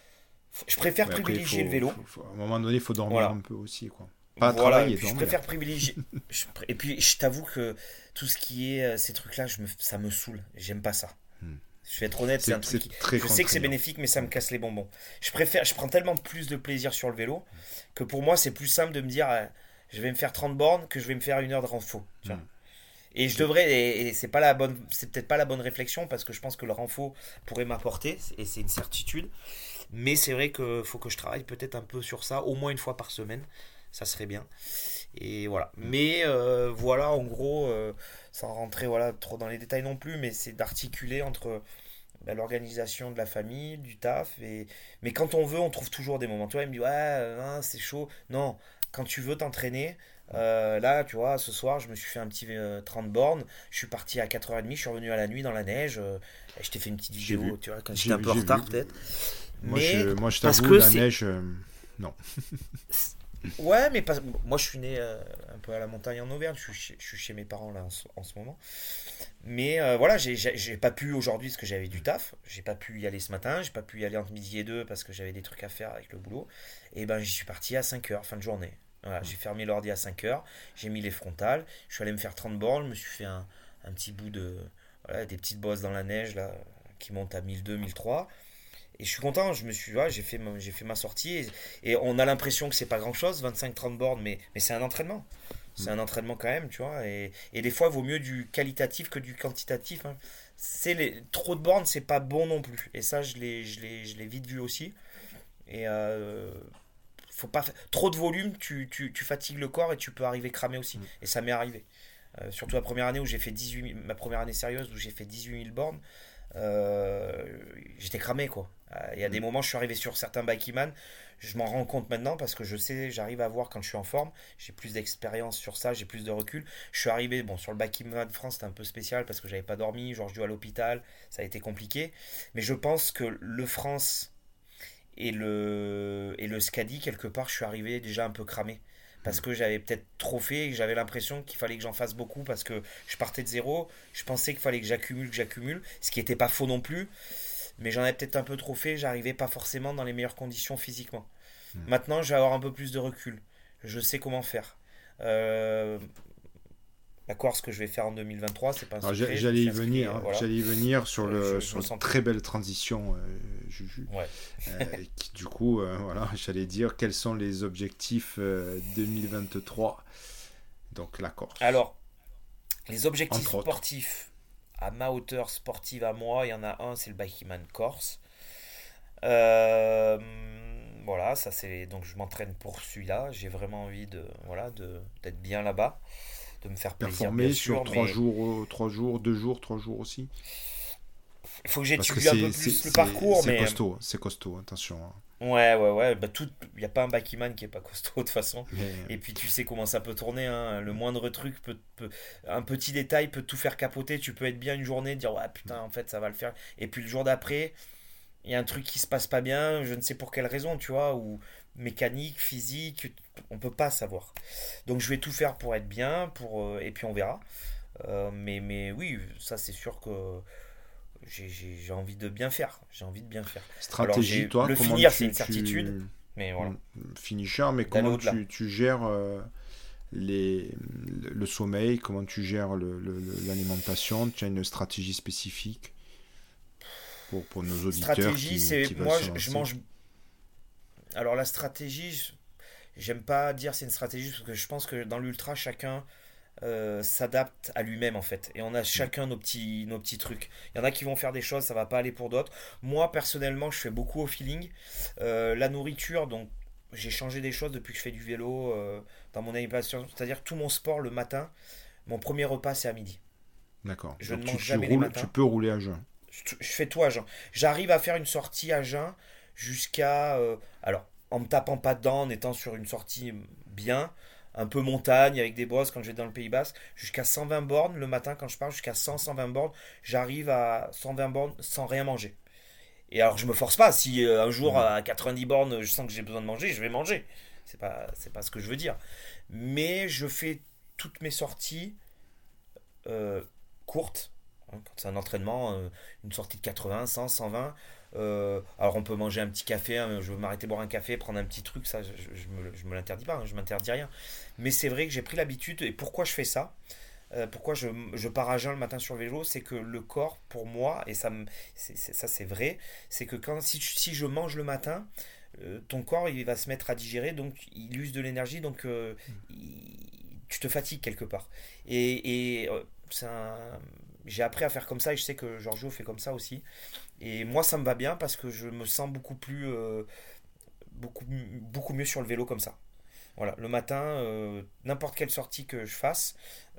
je préfère Mais après, il privilégier le faut, vélo. faut- faut- à un moment donné, il faut dormir Voilà. un peu aussi, quoi. Pas Voilà, et travailler, puis je dormir. préfère privilégier. je pr- et puis je t'avoue que tout ce qui est euh, ces trucs-là, je me, ça me saoule. J'aime pas ça. Hmm. Je vais être honnête, c'est un C'est truc qui... c'est très Je sais que c'est contraignant. bénéfique, mais ça me casse les bonbons. Je préfère, je prends tellement plus de plaisir sur le vélo que pour moi, c'est plus simple de me dire, euh, je vais me faire trente bornes que je vais me faire une heure de renfo. Tu vois. Hmm. Et je devrais, et, et c'est pas la bonne, c'est peut-être pas la bonne réflexion parce que je pense que le renfo pourrait m'apporter, et c'est une certitude. Mais c'est vrai qu'il faut que je travaille peut-être un peu sur ça, au moins une fois par semaine. Ça serait bien. Et voilà. Mais euh, voilà, en gros, euh, sans rentrer voilà, trop dans les détails non plus, mais c'est d'articuler entre bah, l'organisation de la famille, du taf. Et... Mais quand on veut, on trouve toujours des moments. Tu vois, il me dit, ouais, euh, hein, c'est chaud. Non, quand tu veux t'entraîner, euh, là, tu vois, ce soir, je me suis fait un petit euh, trente bornes. Je suis parti à quatre heures trente, je suis revenu à la nuit dans la neige. Euh, et je t'ai fait une petite J'ai vidéo, vu. tu vois, quand j'étais J'ai un peu en j'ai vu. retard peut-être. Moi, Mais je, moi, je parce t'avoue, que la c'est neige, euh, non. ouais, mais pas... moi je suis né euh, un peu à la montagne en Auvergne, je suis chez, je suis chez mes parents là en ce, en ce moment. Mais euh, voilà, j'ai j'ai- j'ai pas pu aujourd'hui parce que j'avais du taf, j'ai pas pu y aller ce matin, j'ai pas pu y aller entre midi et deux parce que j'avais des trucs à faire avec le boulot. Et ben j'y suis parti à cinq heures, fin de journée. Voilà, j'ai fermé l'ordi à cinq heures, j'ai mis les frontales, je suis allé me faire trente bornes, je me suis fait un, un petit bout de. Voilà, des petites bosses dans la neige là qui montent à mille deux, mille trois. Et je suis content, je me suis, ouais, j'ai fait, ma- j'ai fait ma sortie et, et on a l'impression que c'est pas grand chose, vingt-cinq trente bornes, mais, mais c'est un entraînement. C'est un entraînement quand même, tu vois. Et, et des fois, il vaut mieux du qualitatif que du quantitatif. Hein. C'est les, trop de bornes, c'est pas bon non plus. Et ça, je l'ai, je l'ai, je l'ai vite vu aussi. Et euh, faut pas fa- trop de volume, tu, tu, tu fatigues le corps et tu peux arriver cramé aussi. Et ça m'est arrivé. Euh, surtout la première année où j'ai fait dix-huit mille, ma première année sérieuse où j'ai fait dix-huit mille bornes, euh, j'étais cramé quoi. Euh, Il y a des moments, je suis arrivé sur certains Bikeman, je m'en rends compte maintenant parce que je sais, j'arrive à voir quand je suis en forme, j'ai plus d'expérience sur ça, j'ai plus de recul. Je suis arrivé, bon, sur le Bikeman France, c'était un peu spécial parce que j'avais pas dormi, genre je dû à l'hôpital, ça a été compliqué. Mais je pense que le France et le, et le Scadi, quelque part, je suis arrivé déjà un peu cramé. Parce que j'avais peut-être trop fait et que j'avais l'impression qu'il fallait que j'en fasse beaucoup parce que je partais de zéro. Je pensais qu'il fallait que j'accumule, que j'accumule. Ce qui n'était pas faux non plus. Mais j'en avais peut-être un peu trop fait. J'arrivais pas forcément dans les meilleures conditions physiquement. Maintenant, je vais avoir un peu plus de recul. Je sais comment faire. Euh, la Corse que je vais faire en deux mille vingt-trois, c'est pas un Alors, secret. je me j'allais suis y inscrit, venir, euh, hein. voilà. J'allais y venir sur Euh, le je, je sur me une sens très belle transition, euh, Juju. ouais. Euh, qui, du coup, euh, voilà, j'allais dire quels sont les objectifs euh, deux mille vingt-trois. Donc la Corse, Alors, les objectifs entre autres. sportifs à ma hauteur sportive à moi, il y en a un, c'est le Bikeman Corse. Euh, voilà, ça c'est donc je m'entraîne pour celui-là. J'ai vraiment envie de voilà de d'être bien là-bas, de me faire plaisir bien Performer sur sûr, trois mais jours, euh, trois jours, deux jours, trois jours aussi. il faut que Parce que j'étudie un peu c'est c'est plus le c'est parcours. c'est Mais costaud, c'est costaud, attention, hein. ouais, ouais, ouais, bah tout, il y a pas un Bikeman qui est pas costaud de toute façon. Mais Et puis tu sais comment ça peut tourner, hein. Le moindre truc peut, peut- un petit détail peut tout faire capoter. Tu peux être bien une journée, dire ouais putain en fait ça va le faire. Et puis le jour d'après, il y a un truc qui se passe pas bien, je ne sais pour quelle raison, tu vois, ou mécanique, physique, on peut pas savoir. Donc je vais tout faire pour être bien, pour euh, et puis on verra. Euh, mais mais oui, ça c'est sûr que j'ai j'ai- j'ai envie de bien faire. J'ai envie de bien faire. Alors stratégie, j'ai toi, le comment finir, c'est tu une certitude, tu mais hmm, voilà, finisher, mais d'aller comment au-delà. tu tu gères euh, les le sommeil, comment tu gères le, le- le- l'alimentation, tu as une stratégie spécifique pour pour nos auditeurs Stratégie, qui c'est qui veulent moi se je, je lancer. mange. Alors la stratégie, je- j'aime pas dire c'est une stratégie parce que je pense que dans l'ultra chacun euh, s'adapte à lui-même en fait. Et on a Hmm. chacun nos petits, nos petits trucs. Il y en a qui vont faire des choses, ça va pas aller pour d'autres. Moi personnellement, je fais beaucoup au feeling. Euh, la nourriture, donc j'ai changé des choses depuis que je fais du vélo euh, dans mon alimentation. C'est-à-dire tout mon sport le matin, mon premier repas c'est à midi. D'accord. Je Donc ne tu mange tu jamais les roules, tu matins. peux rouler à jeun. Je, je fais tout à jeun. J'arrive à faire une sortie à jeun jusqu'à... euh, alors, en me tapant pas dedans, en étant sur une sortie bien, un peu montagne avec des bosses quand je vais dans le Pays Basque, jusqu'à cent vingt bornes le matin quand je pars, jusqu'à cent cent vingt bornes, j'arrive à cent vingt bornes sans rien manger. Et alors je me force pas, si euh, un jour Hmm. à quatre-vingt-dix bornes je sens que j'ai besoin de manger, je vais manger. C'est pas, c'est pas ce que je veux dire. Mais je fais toutes mes sorties euh, courtes, hein, quand c'est un entraînement, euh, une sortie de quatre-vingts, cent, cent vingt. Euh, alors on peut manger un petit café, hein, je veux m'arrêter boire un café, prendre un petit truc, ça je, je- je me, je me l'interdis pas, hein, je m'interdis rien. Mais c'est vrai que j'ai pris l'habitude, et pourquoi je fais ça? Euh, pourquoi je, je pars à jeun le matin sur le vélo, c'est que le corps, pour moi, et ça, me- c'est- c'est- ça c'est vrai, c'est que quand, si, tu- si je mange le matin, euh, ton corps il va se mettre à digérer, donc il use de l'énergie, donc euh, il- tu te fatigues quelque part. Et, et, euh, c'est un- j'ai appris à faire comme ça, et je sais que Giorgio fait comme ça aussi. Et moi, ça me va bien parce que je me sens beaucoup plus, euh, beaucoup, beaucoup mieux sur le vélo comme ça. Voilà, le matin, euh, n'importe quelle sortie que je fasse,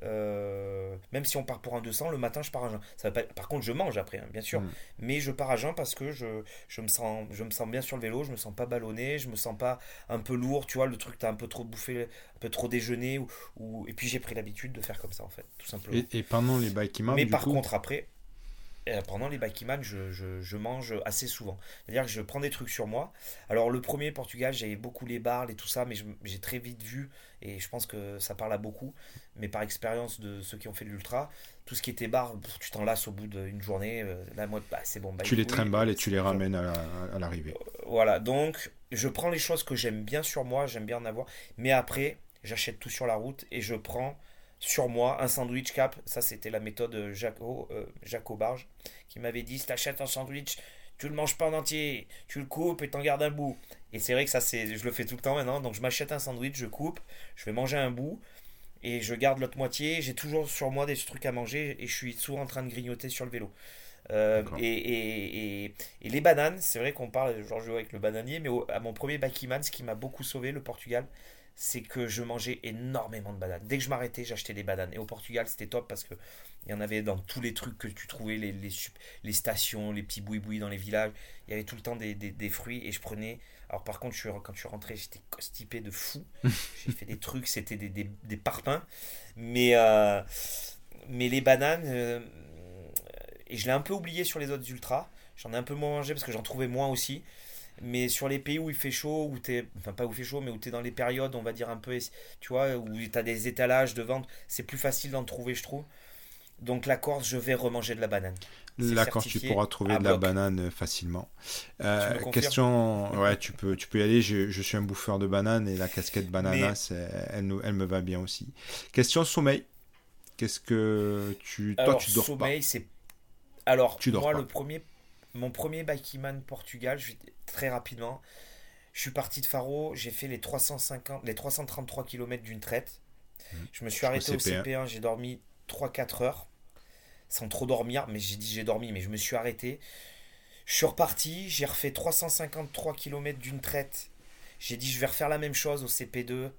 euh, même si on part pour un deux cents, le matin je pars à jeun. Ça va pas- par contre, je mange après, hein, bien sûr, Hmm. mais je pars à jeun parce que je, je, me sens, je me sens bien sur le vélo, je me sens pas ballonné, je me sens pas un peu lourd, tu vois, le truc, t'as un peu trop bouffé, un peu trop déjeuné, ou, ou- et puis j'ai pris l'habitude de faire comme ça en fait, tout simplement. Et, et pendant les bikimans, Mais du par coup, contre, après, euh, pendant les Bakiman, je, je, je mange assez souvent. C'est-à-dire que je prends des trucs sur moi. Alors, le premier Portugal, j'avais beaucoup les barres et tout ça, mais je- j'ai très vite vu, et je pense que ça parle à beaucoup, mais par expérience de ceux qui ont fait de l'ultra, tout ce qui était barre, pff, tu t'en lasses au bout d'une journée. euh, Là, moi, bah, c'est bon, bah, tu les oui, trimbales et tu c'est les bon, j'en- ramènes à, la- à l'arrivée. voilà, donc je prends les choses que j'aime bien sur moi, j'aime bien en avoir, mais après, j'achète tout sur la route et je prends sur moi un sandwich cap. Ça, c'était la méthode euh, Jaco, euh, Jaco Barge qui m'avait dit si t'achètes un sandwich, tu le manges pas en entier, tu le coupes et t'en gardes un bout. Et c'est vrai que ça, c'est, je le fais tout le temps maintenant. Donc je m'achète un sandwich, je coupe, je vais manger un bout et je garde l'autre moitié. J'ai toujours sur moi des trucs à manger et je suis souvent en train de grignoter sur le vélo. Euh, D'accord. et, et, et, et les bananes, c'est vrai qu'on parle, genre je joue avec le bananier, mais au- à mon premier Bakiman, ce qui m'a beaucoup sauvé, le Portugal, c'est que je mangeais énormément de bananes. Dès que je m'arrêtais, j'achetais des bananes. Et au Portugal, c'était top parce que il y en avait dans tous les trucs que tu trouvais, les, les, sup- les stations, les petits boui-boui dans les villages. Il y avait tout le temps des, des, des fruits et je prenais. Alors par contre, je suis- quand je suis rentré, j'étais constipé de fou. J'ai fait des trucs, c'était des, des, des parpaings. Mais, euh, mais les bananes, euh, et je l'ai un peu oublié sur les autres ultras. J'en ai un peu moins mangé parce que j'en trouvais moins aussi. Mais sur les pays où il fait chaud, où t'es, enfin pas où il fait chaud, mais où t'es dans les périodes, on va dire un peu, tu vois, où t'as des étalages de vente, c'est plus facile d'en trouver, je trouve. Donc la Corse, je vais remanger de la banane. C'est Là, quand tu certifié pourras trouver à de la bloc. banane facilement. Tu Euh, me confirmes? question, ouais, tu peux, tu peux y aller. Je, je suis un bouffeur de bananes et la casquette banana, Mais c'est- elle, nous- elle me va bien aussi. Question sommeil. Qu'est-ce que tu... Toi, Alors, tu dors pas. sommeil, c'est. Alors, Tu dors moi, pas. le premier. Mon premier Bikeman Portugal, je vais très rapidement. Je suis parti de Faro, j'ai fait les trois cent cinquante, les trois cent trente-trois kilomètres d'une traite. Hmm. Je me suis Jusqu'au arrêté au C P un. C P un, j'ai dormi trois quatre heures, sans trop dormir, mais j'ai dit j'ai dormi, mais je me suis arrêté. Je suis reparti, j'ai refait trois cent cinquante-trois kilomètres d'une traite. J'ai dit je vais refaire la même chose au C P deux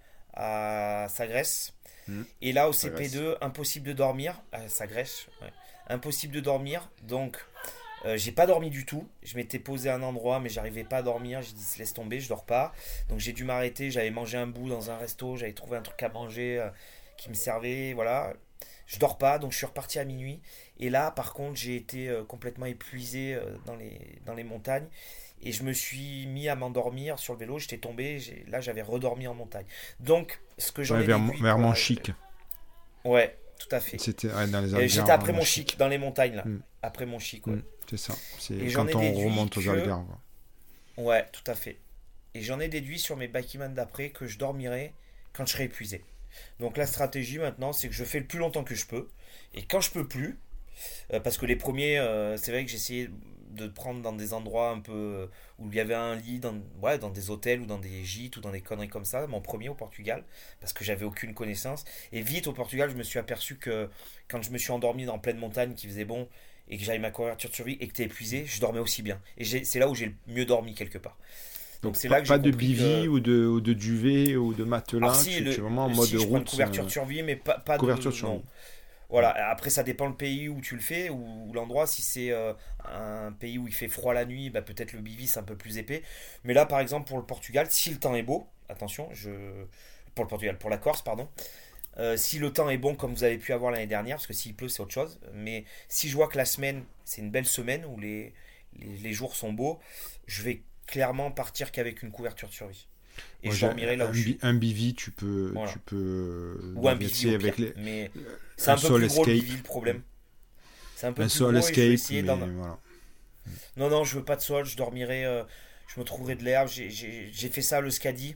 à Sagres. Hmm. Et là au Ça reste. C P deux, impossible de dormir. À Sagres, ouais. Impossible de dormir. Donc euh, j'ai pas dormi du tout. Je m'étais posé à un endroit, mais j'arrivais pas à dormir. J'ai dit laisse tomber, je dors pas. Donc j'ai dû m'arrêter. J'avais mangé un bout dans un resto. J'avais trouvé un truc à manger euh, qui me servait. Voilà. Je dors pas, donc je suis reparti à minuit. Et là, par contre, j'ai été euh, complètement épuisé euh, dans les, dans les montagnes. Et je me suis mis à m'endormir sur le vélo. J'étais tombé. J'ai- Là, j'avais redormi en montagne. Donc, ce que j'en Ouais, ai vers, déduit vers pour la- Monchique. Ouais, tout à fait. C'était ouais, dans les Et Algarves. j'étais après à mon chic, dans les montagnes, là. Hmm. Après mon chic, ouais. Hmm. C'est ça. C'est Et j'en quand ai on déduit remonte aux que... Algarves. Ouais, tout à fait. Et j'en ai déduit sur mes Bikeman d'après que je dormirai quand je serai épuisé. Donc la stratégie maintenant, c'est que je fais le plus longtemps que je peux. Et quand je peux plus, euh, parce que les premiers, euh, c'est vrai que j'essayais de prendre dans des endroits un peu euh, où il y avait un lit, dans, ouais, dans des hôtels ou dans des gîtes ou dans des conneries comme ça. Mon premier au Portugal, parce que j'avais aucune connaissance. Et vite au Portugal, je me suis aperçu que quand je me suis endormi dans pleine montagne, qui faisait bon, et que j'avais ma couverture de survie et que t'es épuisé, je dormais aussi bien. Et j'ai- c'est là où j'ai le mieux dormi quelque part. Donc Donc c'est pas, là que j'ai pas de compris bivy que. ou de, ou de duvet ou de Alors matelas. si, Tu, tu es le, vraiment en mode si je prends une route. couverture euh, de survie, mais pas, pas de. couverture de survie. Non. Voilà, après ça dépend le pays où tu le fais ou, ou l'endroit. Si c'est euh, un pays où il fait froid la nuit, bah, peut-être le bivy c'est un peu plus épais. Mais là par exemple pour le Portugal, si le temps est beau, attention, je pour le Portugal, pour la Corse, pardon. Euh, si le temps est bon comme vous avez pu avoir l'année dernière, parce que s'il pleut c'est autre chose. Mais si je vois que la semaine c'est une belle semaine où les, les, les jours sont beaux, je vais clairement partir qu'avec une couverture de survie. Et Moi, je j'ai dormirai là un, où je bi- suis. un bivy, tu peux, Voilà. tu peux Ou un dormir, tu bivy sais, au avec pire. les, Mais c'est un un peu sol plus gros le escape, bivy le problème. C'est un peu un plus sol gros et je vais escape, essayer d'en. mais voilà. Non, non, je veux pas de sol, je dormirai, euh, je me trouverai de l'herbe. J'ai- J'ai j'ai fait ça à l'Euskadi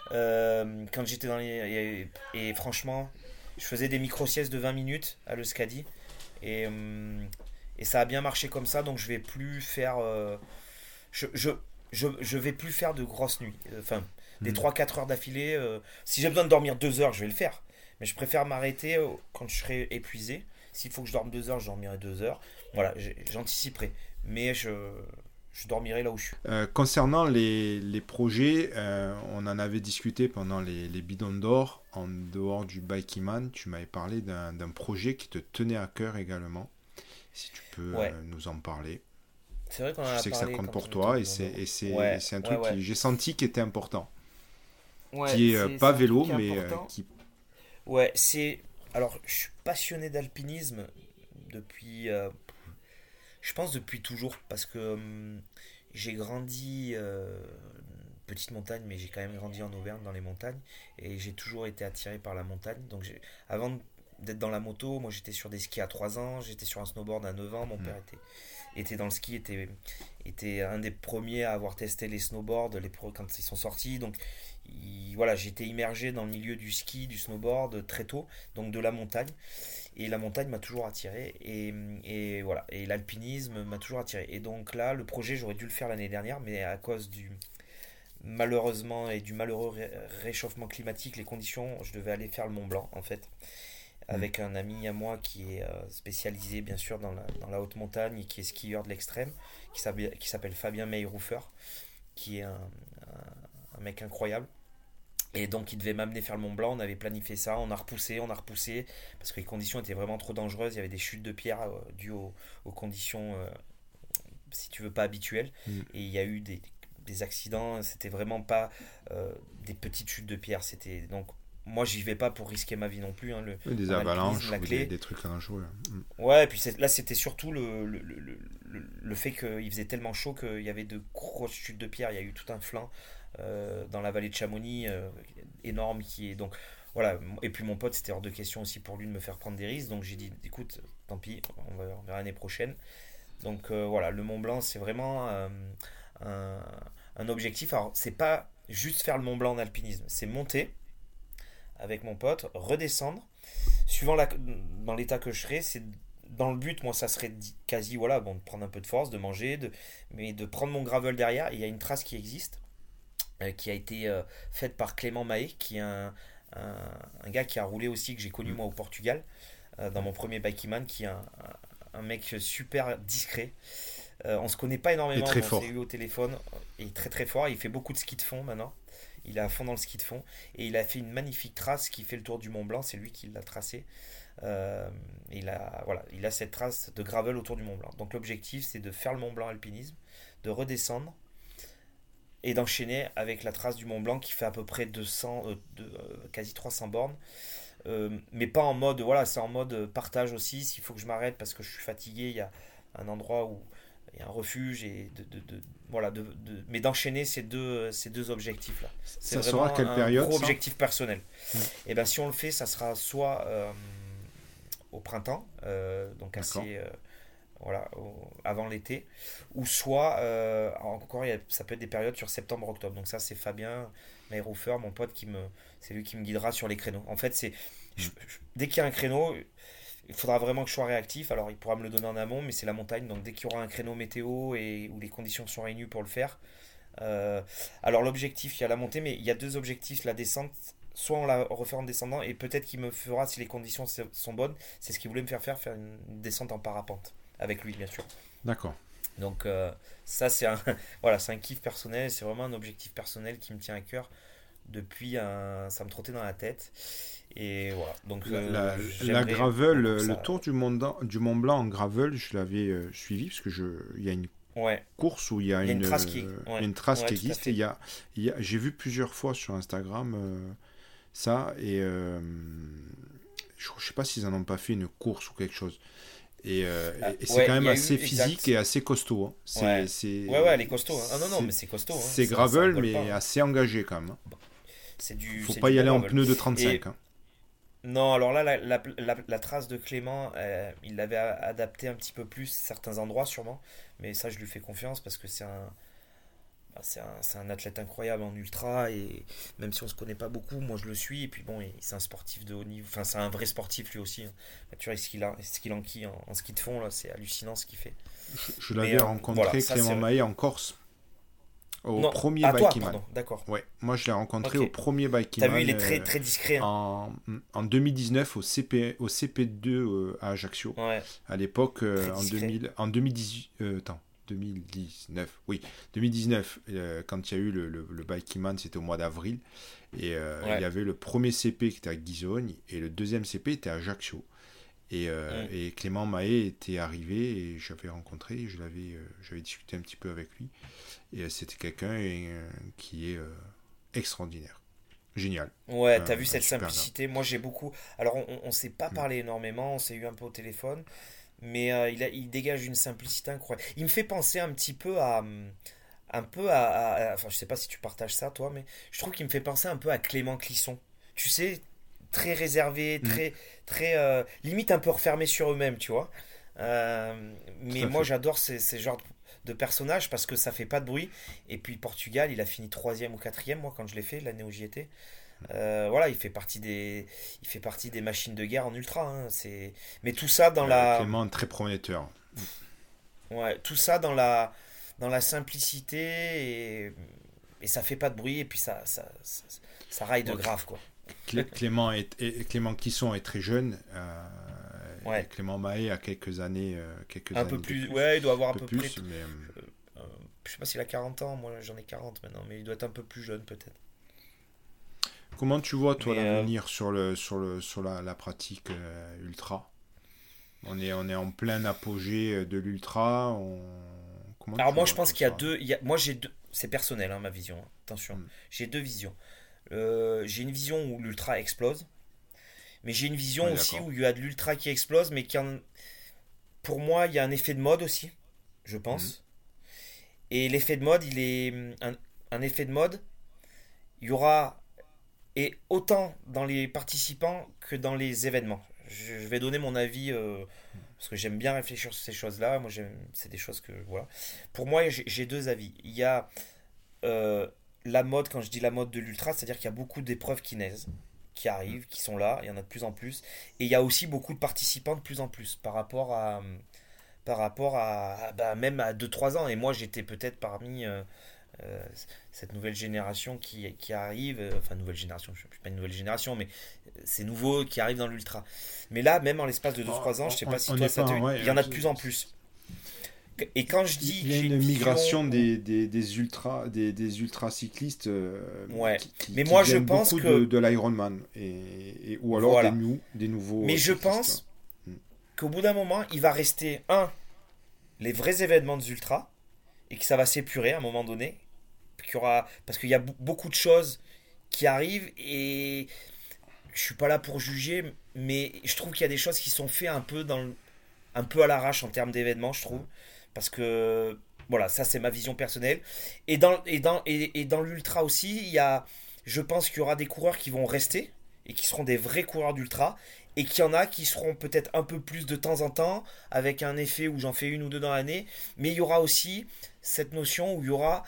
euh, quand j'étais dans les. Et, et franchement, je faisais des micro-siestes de vingt minutes à l'Euskadi. Et, hum, et ça a bien marché comme ça, donc je vais plus faire. euh, je, je, je, je vais plus faire de grosses nuits. Enfin, des Hmm. trois quatre heures d'affilée. euh, si j'ai besoin de dormir deux heures, je vais le faire. Mais je préfère m'arrêter euh, quand je serai épuisé. S'il faut que je dorme deux heures, je dormirai deux heures. Voilà, j'ai- j'anticiperai. Mais je, je dormirai là où je suis. Euh, concernant les, les projets, euh, on en avait discuté pendant les, les bidons d'or, en dehors du Bikeman, tu m'avais parlé d'un d'un projet qui te tenait à cœur également. Si tu peux Ouais, euh, nous en parler. c'est vrai qu'on en Je a sais que ça parlé compte quand pour on était au toi et Bidon c'est d'Or. et c'est et Ouais, c'est un ouais, truc ouais. qui j'ai senti qui était important, Ouais, qui est euh, c'est pas c'est un truc vélo qui est mais euh, important. qui Ouais, c'est. Alors, je suis passionné d'alpinisme depuis. euh, je pense depuis toujours. Parce que hum, j'ai grandi. euh, petite montagne, mais j'ai quand même grandi en Auvergne, dans les montagnes. Et j'ai toujours été attiré par la montagne. Donc, j'ai- avant d'être dans la moto, moi j'étais sur des skis à trois ans, j'étais sur un snowboard à neuf ans. Mon Hmm. père était, était dans le ski, était, était un des premiers à avoir testé les snowboards les pro- quand ils sont sortis. Donc, il- voilà, j'étais immergé dans le milieu du ski, du snowboard très tôt, donc de la montagne. Et la montagne m'a toujours attiré. Et, et voilà, et l'alpinisme m'a toujours attiré. Et donc là, le projet, j'aurais dû le faire l'année dernière, mais à cause du malheureusement et du malheureux ré- réchauffement climatique, les conditions, je devais aller faire le Mont Blanc en fait, Hmm. avec un ami à moi qui est euh, spécialisé bien sûr dans la, dans la haute montagne et qui est skieur de l'extrême, qui s'appelle, qui s'appelle Fabien Meyroufer, qui est un, un- un mec incroyable. Et donc il devait m'amener faire le Mont Blanc, on avait planifié ça, on a repoussé, on a repoussé, parce que les conditions étaient vraiment trop dangereuses, il y avait des chutes de pierre euh, dues aux, aux conditions, euh, si tu veux, pas habituelles, Hmm. et il y a eu des, des accidents, c'était vraiment pas euh, des petites chutes de pierre, c'était donc moi j'y vais pas pour risquer ma vie non plus, hein, le, Oui, des en avalanches alpinisme la ou des, clé. des trucs dangereux. Hmm. Ouais, et puis c'est- là c'était surtout le, le, le, le- le fait qu'il faisait tellement chaud qu'il y avait de grosses chutes de pierre, il y a eu tout un flanc euh, dans la vallée de Chamonix euh, énorme qui est donc voilà. Et puis mon pote, c'était hors de question aussi pour lui de me faire prendre des risques, donc j'ai dit écoute, tant pis, on va on verra l'année prochaine. Donc euh, voilà, le Mont Blanc c'est vraiment euh, un, un objectif. Alors c'est pas juste faire le Mont Blanc en alpinisme, c'est monter avec mon pote, redescendre. Suivant la, dans l'état que je serais, c'est dans le but, moi, ça serait quasi, voilà, bon, de prendre un peu de force, de manger, de, mais de prendre mon gravel derrière. Il y a une trace qui existe, euh, qui a été euh, faite par Clément Mahé, qui est un, un, un gars qui a roulé aussi, que j'ai connu moi au Portugal, euh, dans mon premier Bikeman, qui est un, un, un mec super discret. Euh, on se connaît pas énormément, très mais on fort. s'est eu au téléphone. Il est très très fort, il fait beaucoup de ski de fond maintenant. Il est à fond dans le ski de fond. Et il a fait une magnifique trace qui fait le tour du Mont Blanc. C'est lui qui l'a tracé. Euh, il, a, voilà, il a cette trace de gravel autour du Mont Blanc. Donc l'objectif, c'est de faire le Mont Blanc alpinisme, de redescendre et d'enchaîner avec la trace du Mont Blanc qui fait à peu près deux cents, euh, de, euh, quasi trois cents bornes. Euh, mais pas en mode, voilà, c'est en mode partage aussi. S'il faut que je m'arrête parce que je suis fatigué, il y a un endroit où il y a un refuge et de, de, de voilà, de, de, mais d'enchaîner ces deux, ces deux objectifs là. C'est Ça vraiment sera à quelle un période, gros ça objectif personnel. Mm. Et ben si on le fait, ça sera soit euh, au printemps, euh, donc assez euh, voilà, au, avant l'été, ou soit euh, encore il y a, ça peut être des périodes sur septembre-octobre. Donc ça c'est Fabien Mayrofer, mon pote, qui me, c'est lui qui me guidera sur les créneaux. En fait c'est, je, je, dès qu'il y a un créneau, il faudra vraiment que je sois réactif. Alors il pourra me le donner en amont, mais c'est la montagne, donc dès qu'il y aura un créneau météo et où les conditions sont réunies pour le faire. Euh, alors l'objectif, il y a la montée, mais il y a deux objectifs, la descente. Soit on la refait en descendant, et peut-être qu'il me fera, si les conditions sont bonnes, c'est ce qu'il voulait me faire faire, faire une descente en parapente, avec lui bien sûr. D'accord. Donc euh, ça c'est un, voilà, c'est un kiff personnel, c'est vraiment un objectif personnel qui me tient à cœur depuis un, ça me trottait dans la tête. Et voilà. Donc la, euh, la, la gravel, le ça... tour du Mont, du Mont Blanc en gravel, je l'avais euh, suivi parce que je, il y a une ouais. course où il y a, il y a une, une trace qui, euh, ouais. une trace ouais, qui existe. Et il y a, il y a, j'ai vu plusieurs fois sur Instagram euh, ça et euh, je ne sais pas s'ils en ont pas fait une course ou quelque chose. Et, euh, ah, et c'est ouais, quand même assez eu, physique exact. Et assez costaud. Hein. C'est, ouais. c'est, ouais, ouais, elle est costaud. Hein. Ah non, non, mais c'est costaud. Hein. C'est, c'est gravel, mais pas, assez engagé quand même. C'est du. Faut c'est pas du y aller gravel. en pneus de trente-cinq. Et... Hein. Non, alors là, la, la, la, la trace de Clément, euh, il l'avait adapté un petit peu plus, certains endroits sûrement. Mais ça, je lui fais confiance parce que c'est un. C'est un, c'est un athlète incroyable en ultra et même si on se connaît pas beaucoup, moi je le suis et puis bon, c'est un sportif de haut niveau, enfin c'est un vrai sportif lui aussi. Hein. Tu vois ce qu'il a, ce qu'il enquille en, en ski de fond là, c'est hallucinant ce qu'il fait. Je, je l'avais Mais, rencontré voilà, ça, Clément Mahé en Corse au non, premier ah, Bikeman. Pardon, d'accord. Ouais, moi je l'ai rencontré okay. au premier Bikeman. T'as vu, il est très très discret. Hein. En, en deux mille dix-neuf au C P au C P deux euh, à Ajaccio. Ouais. À l'époque euh, en deux mille en deux mille dix-huit euh, attends. deux mille dix-neuf, oui, deux mille dix-neuf, euh, quand il y a eu le, le, le Bikeman, c'était au mois d'avril, et euh, ouais. il y avait le premier C P qui était à Ghizogne, et le deuxième C P était à Ajaccio. Et, euh, mm. et Clément Mahé était arrivé, et j'avais rencontré, je l'avais, euh, j'avais discuté un petit peu avec lui, et euh, c'était quelqu'un euh, qui est euh, extraordinaire. Génial. Ouais, euh, t'as vu cette simplicité. Moi, j'ai beaucoup. Alors, on, on s'est pas parlé mm. énormément, on s'est eu un peu au téléphone. Mais euh, il, a, il dégage une simplicité incroyable. Il me fait penser un petit peu à... Un peu à, à... Enfin, je sais pas si tu partages ça, toi, mais je trouve qu'il me fait penser un peu à Clément Clisson. Tu sais, très réservé, très... Mmh. très euh, limite un peu refermé sur eux-mêmes, tu vois. Euh, mais moi, fait. j'adore ces, ces genres de personnages parce que ça fait pas de bruit. Et puis, Portugal, il a fini troisième ou quatrième, moi, quand je l'ai fait, l'année où j'y étais. Euh, voilà, il fait partie des, il fait partie des machines de guerre en ultra. Hein, c'est, mais tout ça dans euh, la. Clément très prometteur. Ouais, tout ça dans la, dans la simplicité et, et ça fait pas de bruit et puis ça, ça, ça, ça raille de okay. grave quoi. Clément est, est Clément Clisson est très jeune. Euh, ouais. Clément Mahé a quelques années, euh, quelques un années peu plus, plus. Ouais, il doit avoir un, un peu, peu plus. Près, mais... euh, je sais pas s'il a quarante ans. Moi, j'en ai quarante maintenant, mais il doit être un peu plus jeune peut-être. Comment tu vois, toi, Mais l'avenir euh... sur, le, sur, le, sur la, la pratique euh, ultra? on est, on est en plein apogée de l'ultra. On... Comment Alors, moi, je pense qu'il y a deux. Il y a, moi, j'ai deux. C'est personnel, hein, ma vision. Attention. Mm. J'ai deux visions. Euh, j'ai une vision où l'ultra explose. Mais j'ai une vision ouais, aussi d'accord. où il y a de l'ultra qui explose. Mais qui en... pour moi, il y a un effet de mode aussi. Je pense. Mm. Et l'effet de mode, il est. Un, un effet de mode. Il y aura. Et autant dans les participants que dans les événements. Je vais donner mon avis euh, parce que j'aime bien réfléchir sur ces choses-là. Moi, j'aime, c'est des choses que voilà. Pour moi, j'ai, j'ai deux avis. Il y a euh, la mode, quand je dis la mode de l'ultra, c'est-à-dire qu'il y a beaucoup d'épreuves qui naissent, qui arrivent, qui sont là, il y en a de plus en plus. Et il y a aussi beaucoup de participants de plus en plus par rapport à, par rapport à, bah, même à deux trois ans. Et moi, j'étais peut-être parmi euh, euh, cette nouvelle génération qui, qui arrive, euh, enfin, nouvelle génération, je ne suis pas une nouvelle génération, mais c'est nouveau qui arrive dans l'ultra. Mais là, même en l'espace de deux trois ans, je ne sais On- pas si on toi, n'est ça pas, te... ouais, il y en a de plus en plus. Et quand je dis il que y a j'ai une une migration vision... des, des, des ultra des, des ultra cyclistes euh, Ouais. qui, qui, Mais qui moi, je viennent pense beaucoup de, que... de l'Ironman et, et- ou alors des Voilà. new, des nouveaux Mais je cyclistes. pense qu'au bout d'un moment, il va rester, un, les vrais événements des ultras, et que ça va s'épurer à un moment donné. Qu'il y aura... Parce qu'il y a b- beaucoup de choses qui arrivent, et je suis pas là pour juger, mais je trouve qu'il y a des choses qui sont faites un peu, dans le- un peu à l'arrache en termes d'événements, je trouve. Parce que, voilà, ça c'est ma vision personnelle. Et dans, et dans, et, et dans l'ultra aussi, il y a, je pense qu'il y aura des coureurs qui vont rester, et qui seront des vrais coureurs d'ultra, et qu'il y en a qui seront peut-être un peu plus de temps en temps, avec un effet où j'en fais une ou deux dans l'année, mais il y aura aussi cette notion où il y aura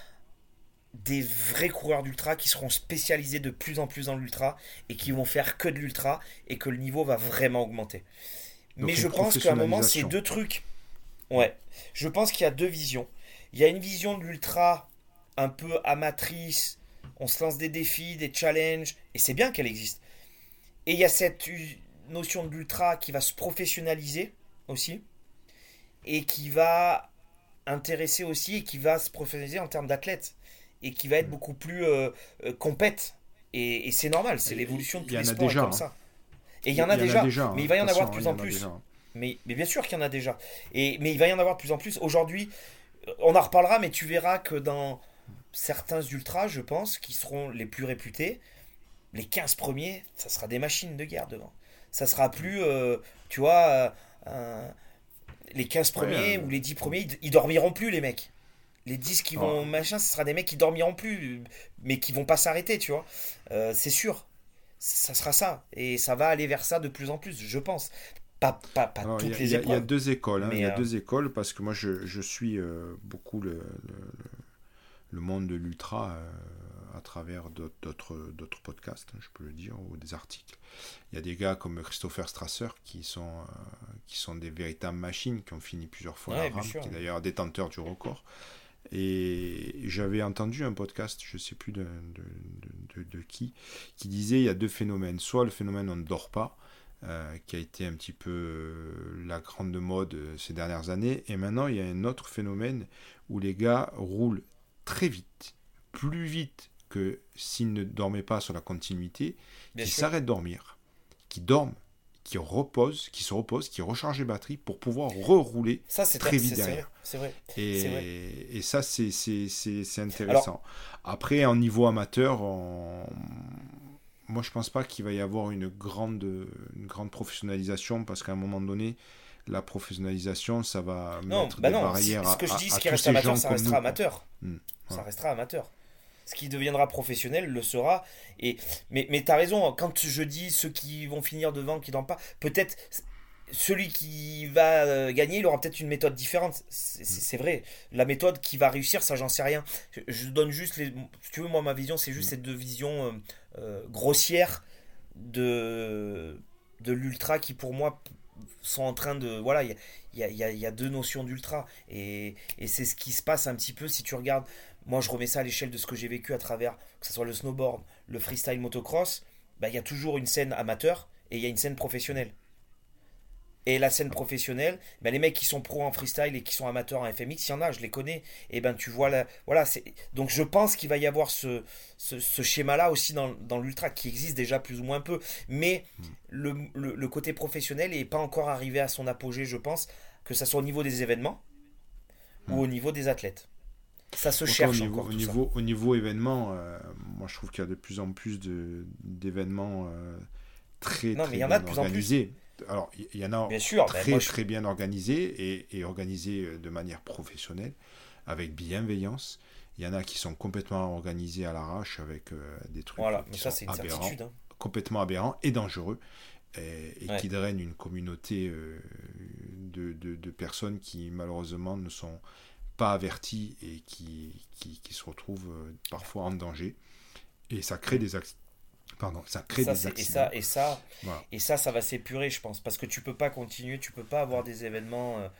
des vrais coureurs d'ultra qui seront spécialisés de plus en plus dans l'ultra, et qui vont faire que de l'ultra, et que le niveau va vraiment augmenter. Mais Donc une je pense qu'à un moment, ces professionnalisation. deux trucs, ouais, je pense qu'il y a deux visions. Il y a une vision de l'ultra un peu amatrice, on se lance des défis, des challenges, et c'est bien qu'elle existe. Et il y a cette u- notion de l'ultra qui va se professionnaliser aussi, et qui va intéresser aussi, et qui va se professionnaliser en termes d'athlètes, et qui va être beaucoup plus euh, euh, compète. Et, et c'est normal, c'est l'évolution de Il tous y les en a sports est déjà. comme Hein. ça. Et il y Il en a y en a déjà, déjà. mais Hein. il De va y toute en avoir façon, de hein, il plus y en en a plus. déjà. Mais, mais bien sûr qu'il y en a déjà. Et, mais il va y en avoir de plus en plus. Aujourd'hui, euh, on en reparlera, mais tu verras que dans certains ultras, je pense, qui seront les plus réputés, les quinze premiers, ça sera des machines de guerre devant. Ça sera plus, euh, tu vois, euh, un- les quinze Ouais, euh, premiers ou les dix premiers, ils, ils dormiront plus, les mecs. Les dix qui alors, vont machin, ce sera des mecs qui dormiront plus, mais qui vont pas s'arrêter, tu vois. Euh, c'est sûr. Ça sera ça. Et ça va aller vers ça de plus en plus, je pense. Pas, pas, pas alors, il y toutes a, il les y a- il y a épreuves, deux écoles. Hein. Il y mais a euh, deux écoles parce que moi, je, je suis euh, beaucoup le, le, le monde de l'ultra euh, à travers d'autres, d'autres, d'autres podcasts, hein, je peux le dire, ou des articles. Il y a des gars comme Christopher Strasser qui sont, euh, qui sont des véritables machines, qui ont fini plusieurs fois la ouais, bien rame, sûr. qui est d'ailleurs détenteur du record. Et j'avais entendu un podcast, je ne sais plus de, de, de, de qui, qui disait il y a deux phénomènes. Soit le phénomène on ne dort pas, euh, qui a été un petit peu euh, la grande mode euh, ces dernières années. Et maintenant, il y a un autre phénomène où les gars roulent très vite, plus vite que s'ils ne dormaient pas sur la continuité, Bien qui sûr. s'arrêtent de dormir, qui dorment, qui reposent, qui se reposent, qui rechargent les batteries pour pouvoir rerouler Ça, c'est très c'est- vite c'est vrai. derrière. C'est vrai. C'est vrai. Et, et ça, c'est, c'est, c'est, c'est Alors, intéressant. Après, en niveau amateur, on- moi, je pense pas qu'il va y avoir une grande, une grande professionnalisation parce qu'à un moment donné, la professionnalisation, ça va non, mettre bah des non. Si- barrières ce à, que je à- dis, à ce qui tous reste ces amateur, gens ça comme restera nous, quoi. amateur. Hmm, Ça voilà. restera amateur. Ce qui deviendra professionnel le sera. Et, mais mais tu as raison, quand je dis ceux qui vont finir devant, qui dorment pas, peut-être celui qui va euh, gagner, il aura peut-être une méthode différente. C'est c'est- c'est vrai. La méthode qui va réussir, ça, j'en sais rien. Je, je donne juste les. Si tu veux, moi, ma vision, c'est juste Hmm. cette deux visions euh, euh, grossières de, de l'ultra qui, pour moi, sont en train de. Voilà, il y a, il y a- il y a- il y a deux notions d'ultra. Et, et c'est ce qui se passe un petit peu si tu regardes. Moi, je remets ça à l'échelle de ce que j'ai vécu à travers, que ce soit le snowboard, le freestyle motocross. Bah, il y a toujours une scène amateur et il y a une scène professionnelle. Et la scène professionnelle, ben les mecs qui sont pros en freestyle et qui sont amateurs en F M X, il y en a, je les connais. Et ben tu vois là, voilà, c'est donc je pense qu'il va y avoir ce, ce, ce schéma-là aussi dans, dans l'ultra qui existe déjà plus ou moins un peu, mais le, le, le côté professionnel n'est pas encore arrivé à son apogée, je pense, que ça soit au niveau des événements Hmm. ou au niveau des athlètes. Ça se Autant au cherche niveau, encore au tout ça. niveau, au niveau événement, euh, moi je trouve qu'il y a de plus en plus de, d'événements euh, très Non, mais très il y en a bien de plus en plus. organisés. Alors, il y, y en a Bien sûr, ben très moi je. très bien organisés et, et organisés euh, de manière professionnelle, avec bienveillance. Il y en a qui sont complètement organisés à l'arrache avec euh, des trucs Voilà, mais qui ça sont c'est une aberrants, certitude. Hein. complètement aberrants et dangereux, et, et Ouais. qui drainent une communauté euh, de, de, de personnes qui malheureusement ne sont pas avertis et qui, qui, qui se retrouvent euh, parfois en danger. Et ça crée des, ac- Pardon, ça crée Ça, des c'est, et accidents. ça, et ça, Voilà. et ça, ça va s'épurer, je pense, parce que tu peux pas continuer, tu peux pas avoir des événements euh,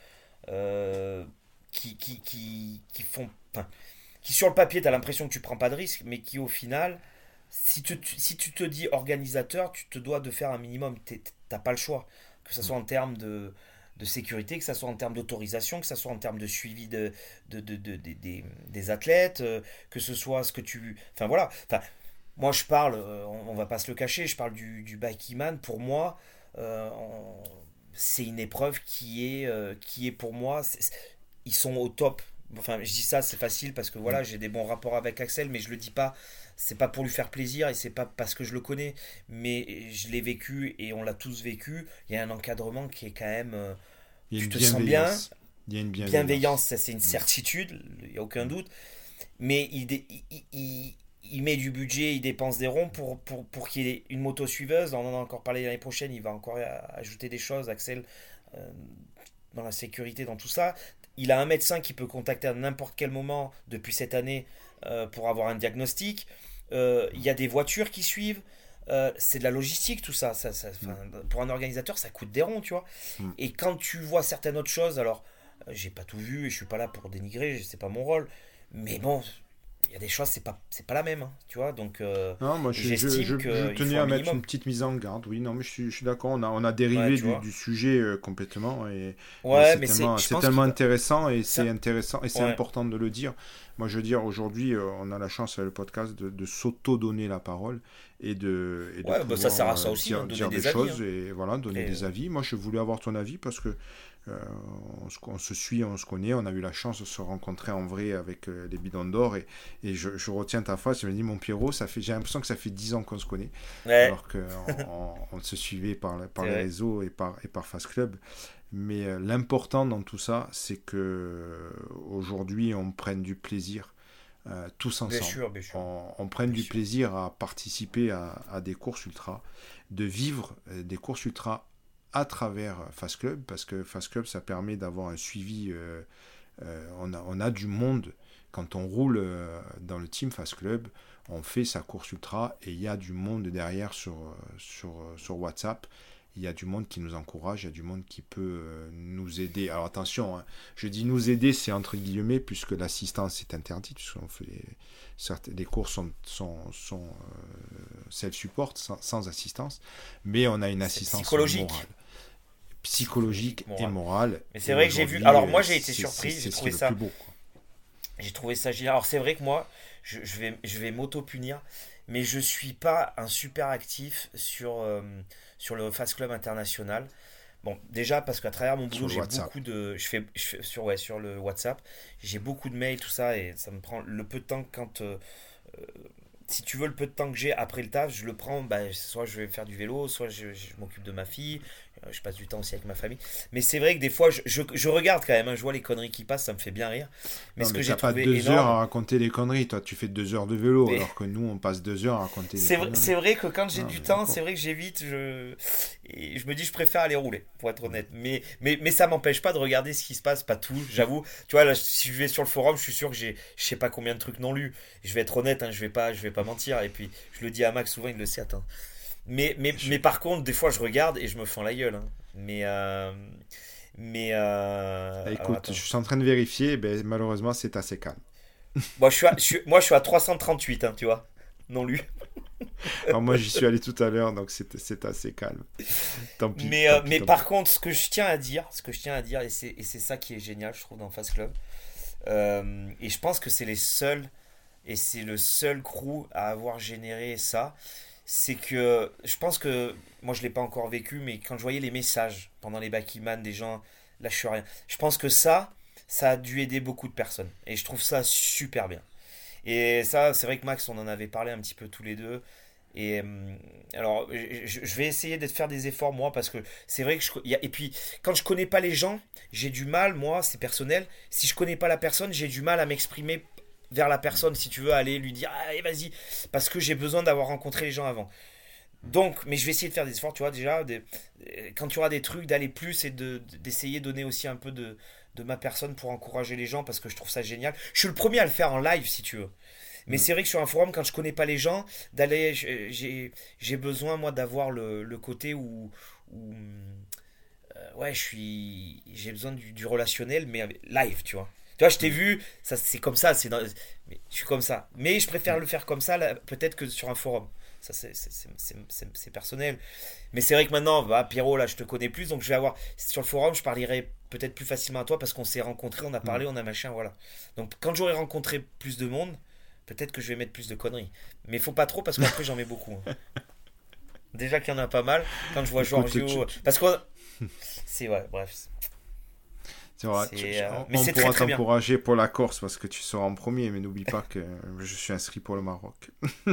euh, qui, qui, qui, qui font, enfin, qui sur le papier, tu as l'impression que tu prends pas de risque, mais qui au final, si tu, tu- si tu te dis organisateur, tu te dois de faire un minimum, T'es- t'as pas le choix, que ce soit en termes de, de sécurité, que ce soit en termes d'autorisation, que ce soit en termes de suivi de, de, de- de- de- des, des athlètes, euh, que ce soit ce que tu... Enfin voilà, enfin, moi je parle, euh, on, on va pas se le cacher, je parle du, du Bikeman, pour moi, euh, on- c'est une épreuve qui est, euh, qui est pour moi, c'est- c'est- ils sont au top. Enfin, je dis ça, c'est facile parce que Mm. voilà, j'ai des bons rapports avec Axel, mais je le dis pas, c'est pas pour lui faire plaisir et c'est pas parce que je le connais, mais je l'ai vécu et on l'a tous vécu. Il y a un encadrement qui est quand même, euh, Il y a tu une te sens bien, bienveillance. Il y a une bienveillance, bienveillance. ça c'est une Mm. certitude, il y a aucun Mm. doute, mais il, dé- il, il- il met du budget, il dépense des ronds pour, pour, pour qu'il y ait une moto suiveuse. On en a encore parlé l'année prochaine, il va encore ajouter des choses, Axel, euh, dans la sécurité, dans tout ça. Il a un médecin qui peut contacter à n'importe quel moment depuis cette année euh, pour avoir un diagnostic. Euh, Il y a des voitures qui suivent. Euh, c'est de la logistique tout ça. Ça, ça Mm. enfin, pour un organisateur, ça coûte des ronds, tu vois. Mm. Et quand tu vois certaines autres choses, alors euh, j'ai pas tout vu et je suis pas là pour dénigrer, c'est pas mon rôle. Mais bon, il y a des choses, c'est pas, c'est pas la même, hein, tu vois. Donc euh, Non, moi je, je, je, j'estime je qu'il tenais faut un à mettre une minimum. petite mise en garde. Oui, non, mais je suis, je suis d'accord. On a, on a Ouais, dérivé tu du, vois. du sujet euh, complètement. Et, mais Ouais, c'est mais c'est, tellement, je c'est pense tellement qu'il va. intéressant et c'est Ça, intéressant et c'est ouais, important de le dire. Moi, je veux dire, aujourd'hui, euh, on a la chance avec le podcast de, de s'auto-donner la parole et de, et de ouais, bah ça sert pouvoir à ça euh, aussi, hein, dire, de donner dire des des avis, choses hein. et voilà, donner Après, des euh, avis. Moi, je voulais avoir ton avis parce que euh, on, se, on se suit, on se connaît, on a eu la chance de se rencontrer en vrai avec euh, les bidons d'or et, et je, je retiens ta phrase. Tu me dis, mon Pierrot, ça fait, j'ai l'impression que ça fait dix ans qu'on se connaît ouais, alors qu'on on, on se suivait par, la- par c'est les vrai. réseaux et par, et par Fast Club. Mais euh, l'important dans tout ça, c'est que euh, aujourd'hui, on prenne du plaisir euh, tous Bien ensemble. sûr, bien sûr, On, on prenne bien du sûr. plaisir à participer à, à des courses ultra, de vivre euh, des courses ultra à travers Fast Club, parce que Fast Club, ça permet d'avoir un suivi. euh, euh, on, a, on a du monde. Quand on roule euh, dans le team Fast Club, on fait sa course ultra et il y a du monde derrière sur, euh, sur, euh, sur WhatsApp. Il y a du monde qui nous encourage, il y a du monde qui peut euh, nous aider. Alors attention, hein, je dis nous aider, c'est entre guillemets, puisque l'assistance est interdite, puisqu'on fait certes, les cours sont, sont, sont euh, self-support, sans, sans assistance, mais on a une C'est assistance psychologique, morale, psychologique, psychologique et moral. morale. Mais c'est Et vrai que j'ai vu. aujourd'hui, Alors euh, moi j'ai été c'est c'est- surpris, j'ai c'est ce qui trouvé est le plus ça, beau, quoi. j'ai trouvé ça génial. Alors c'est vrai que moi, je, je vais, je vais m'auto-punir, mais je suis pas un super actif sur euh, sur le Fast Club International. Bon, déjà parce qu'à travers mon Sur boulot, le j'ai WhatsApp. beaucoup de, je fais, je fais sur ouais sur le WhatsApp, j'ai beaucoup de mails tout ça et ça me prend le peu de temps quand euh, si tu veux, le peu de temps que j'ai après le taf, je le prends, bah, soit je vais faire du vélo, soit je, je m'occupe de ma fille, euh, je passe du temps aussi avec ma famille. Mais c'est vrai que des fois, je, je- je regarde quand même, hein, je vois les conneries qui passent, ça me fait bien rire. Mais Non, ce mais que j'ai t'as pas trouvé deux heures énorme, à raconter des conneries. Toi, tu fais deux heures de vélo, mais alors que nous, on passe deux heures à raconter des c'est vrai, conneries. c'est vrai que quand j'ai Non, du mais temps, c'est d'accord. vrai que j'évite, je, et je me dis, je préfère aller rouler, pour être honnête. Mais, mais, mais ça m'empêche pas de regarder ce qui se passe, pas tout, j'avoue. Tu vois, là, si je vais sur le forum, je suis sûr que j'ai, je sais pas combien de trucs non lus. Je vais être honnête, hein, je vais pas, je vais pas mentir. Et puis, je le dis à Max souvent, il le sait, attends. Mais, mais, Je- mais par contre, des fois, je regarde et je me fends la gueule, hein. Mais, euh, mais, euh, Bah, alors écoute, je attends. suis en train de vérifier, ben, malheureusement, c'est assez calme. Moi, je suis à, je suis- moi, je suis à trois cent trente-huit, hein, tu vois, non lu. Alors moi, j'y suis allé tout à l'heure, donc c'est c'est assez calme. Tant pis, Mais, tant euh, pis, mais tant pis. par contre, ce que je tiens à dire, ce que je tiens à dire, et c'est, et c'est ça qui est génial, je trouve, dans Fast Club, euh, et je pense que c'est les seuls, et c'est le seul crew à avoir généré ça, c'est que je pense que, moi je l'ai pas encore vécu, mais quand je voyais les messages pendant les Bakiman des gens, lâche rien, je pense que ça, ça a dû aider beaucoup de personnes, et je trouve ça super bien. Et ça, c'est vrai que Max, on en avait parlé un petit peu tous les deux. Et euh, alors, je, je vais essayer de faire des efforts moi parce que c'est vrai que je, il y a- et puis quand je connais pas les gens, j'ai du mal, moi, c'est personnel. Si je connais pas la personne, j'ai du mal à m'exprimer vers la personne. Si tu veux aller lui dire, allez, vas-y, parce que j'ai besoin d'avoir rencontré les gens avant. Donc, mais je vais essayer de faire des efforts, tu vois, déjà, des- euh, quand tu auras des trucs, d'aller plus et de, d'essayer de donner aussi un peu de, de ma personne pour encourager les gens parce que je trouve ça génial. Je suis le premier à le faire en live si tu veux. Mais c'est vrai que sur un forum, quand je connais pas les gens, d'aller, j'ai, j'ai besoin moi d'avoir le, le côté où, où euh, ouais, je suis, j'ai besoin du, du relationnel, mais live, tu vois. Tu vois, je t'ai Mm. vu, ça c'est comme ça, c'est dans- mais je suis comme ça. Mais je préfère le faire comme ça, là, peut-être que sur un forum. Ça, c'est, c'est, c'est, c'est, c'est- c'est personnel. Mais c'est vrai que maintenant, bah, Pierrot, là, je te connais plus, donc je vais avoir. Sur le forum, je parlerai peut-être plus facilement à toi parce qu'on s'est rencontrés, on a Mm. parlé, on a machin, voilà. Donc quand j'aurai rencontré plus de monde, peut-être que je vais mettre plus de conneries. Mais il faut pas trop parce qu'après, j'en mets beaucoup, hein. Déjà qu'il y en a pas mal, quand je vois Écoute, tu, Giorgio. tu- Parce que. C'est, ouais, bref. tu auras- tu- C'est, euh, on Mais on c'est très pourra très bien. t'encourager pour la Corse parce que tu seras en premier, mais n'oublie pas que je suis inscrit pour le Maroc.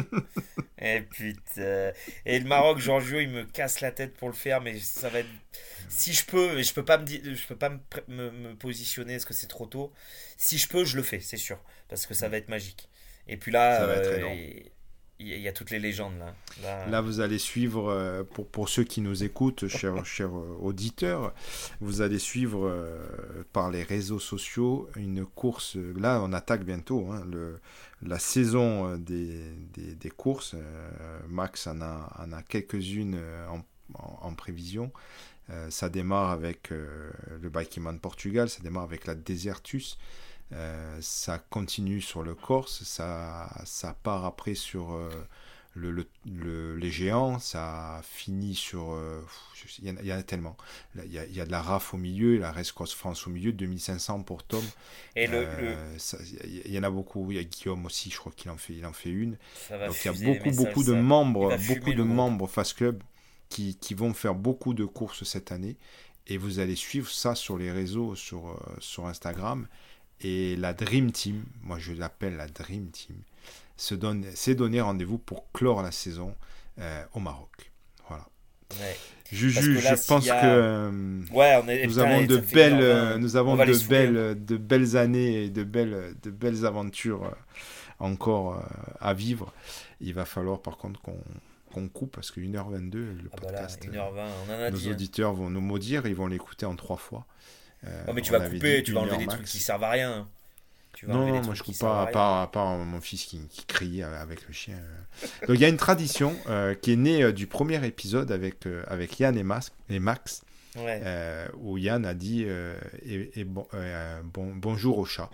Et putain. Et le Maroc, Giorgio, il me casse la tête pour le faire, mais ça va être. Si je peux, je peux pas me, di- je peux pas me, pré- me, me positionner, est-ce que c'est trop tôt? Si je peux, je le fais, c'est sûr, parce que ça va être magique. Et puis là, Ça va être euh, énorme. il y, il y a toutes les légendes là. Là, Là, vous allez suivre, euh, pour, pour ceux qui nous écoutent, chers, chers euh, auditeurs, vous allez suivre euh, par les réseaux sociaux une course. Là, on attaque bientôt hein, le, la saison euh, des, des, des courses. Euh, Max en a, en a quelques-unes euh, en, en, en prévision. Euh, ça démarre avec euh, le Bikeman Portugal, ça démarre avec la Desertus. Euh, ça continue sur le Corse, ça, ça part après sur euh, le, le, le- les géants, ça finit sur... euh, pff, il y, en a- il y en a tellement. Là, Il y a, il y a de la R A F au milieu, la Race Cross France au milieu, deux mille cinq cents pour Tom. et le, le, Euh, ça- il y, il y en a beaucoup. Il y a Guillaume aussi, je crois qu'il en fait, il en fait une. ça va Donc il y a fuser les beaucoup, messages, beaucoup de ça. Il membres, va beaucoup fumer de le groupe. membres Fast Club qui, qui vont faire beaucoup de courses cette année. Et vous allez suivre ça sur les réseaux, sur, euh, sur Instagram. Et la Dream Team, moi je l'appelle la Dream Team, se donne, s'est donné rendez-vous pour clore la saison euh, au Maroc. Voilà. Ouais. Parce Juju, que je là, s'il pense y a. que euh, Ouais, on est. nous Putain, avons et de ça fait belles, une heure vingt, euh, nous on avons va les de saouler, hein. belles, de belles années et de belles, de belles aventures euh, encore euh, à vivre. Il va falloir par contre qu'on qu'on coupe parce que une heure vingt-deux, le Ah bah là, podcast, une euh, heure vingt, on en a nos dit, hein. auditeurs vont nous maudire, ils vont l'écouter en trois fois. Euh, Oh, mais tu on vas avait couper, dit tu vas une enlever heure des max. trucs qui servent à rien, hein. Tu vas Non, enlever non, des moi trucs je qui coupe servent pas, à à rien. part, à part mon fils qui, qui criait avec le chien. Donc il y a une tradition euh, qui est née euh, du premier épisode avec, euh, avec Yann et, Mas- et Max, Ouais. euh, où Yann a dit euh, et, et bon, euh, bon, bonjour au chat.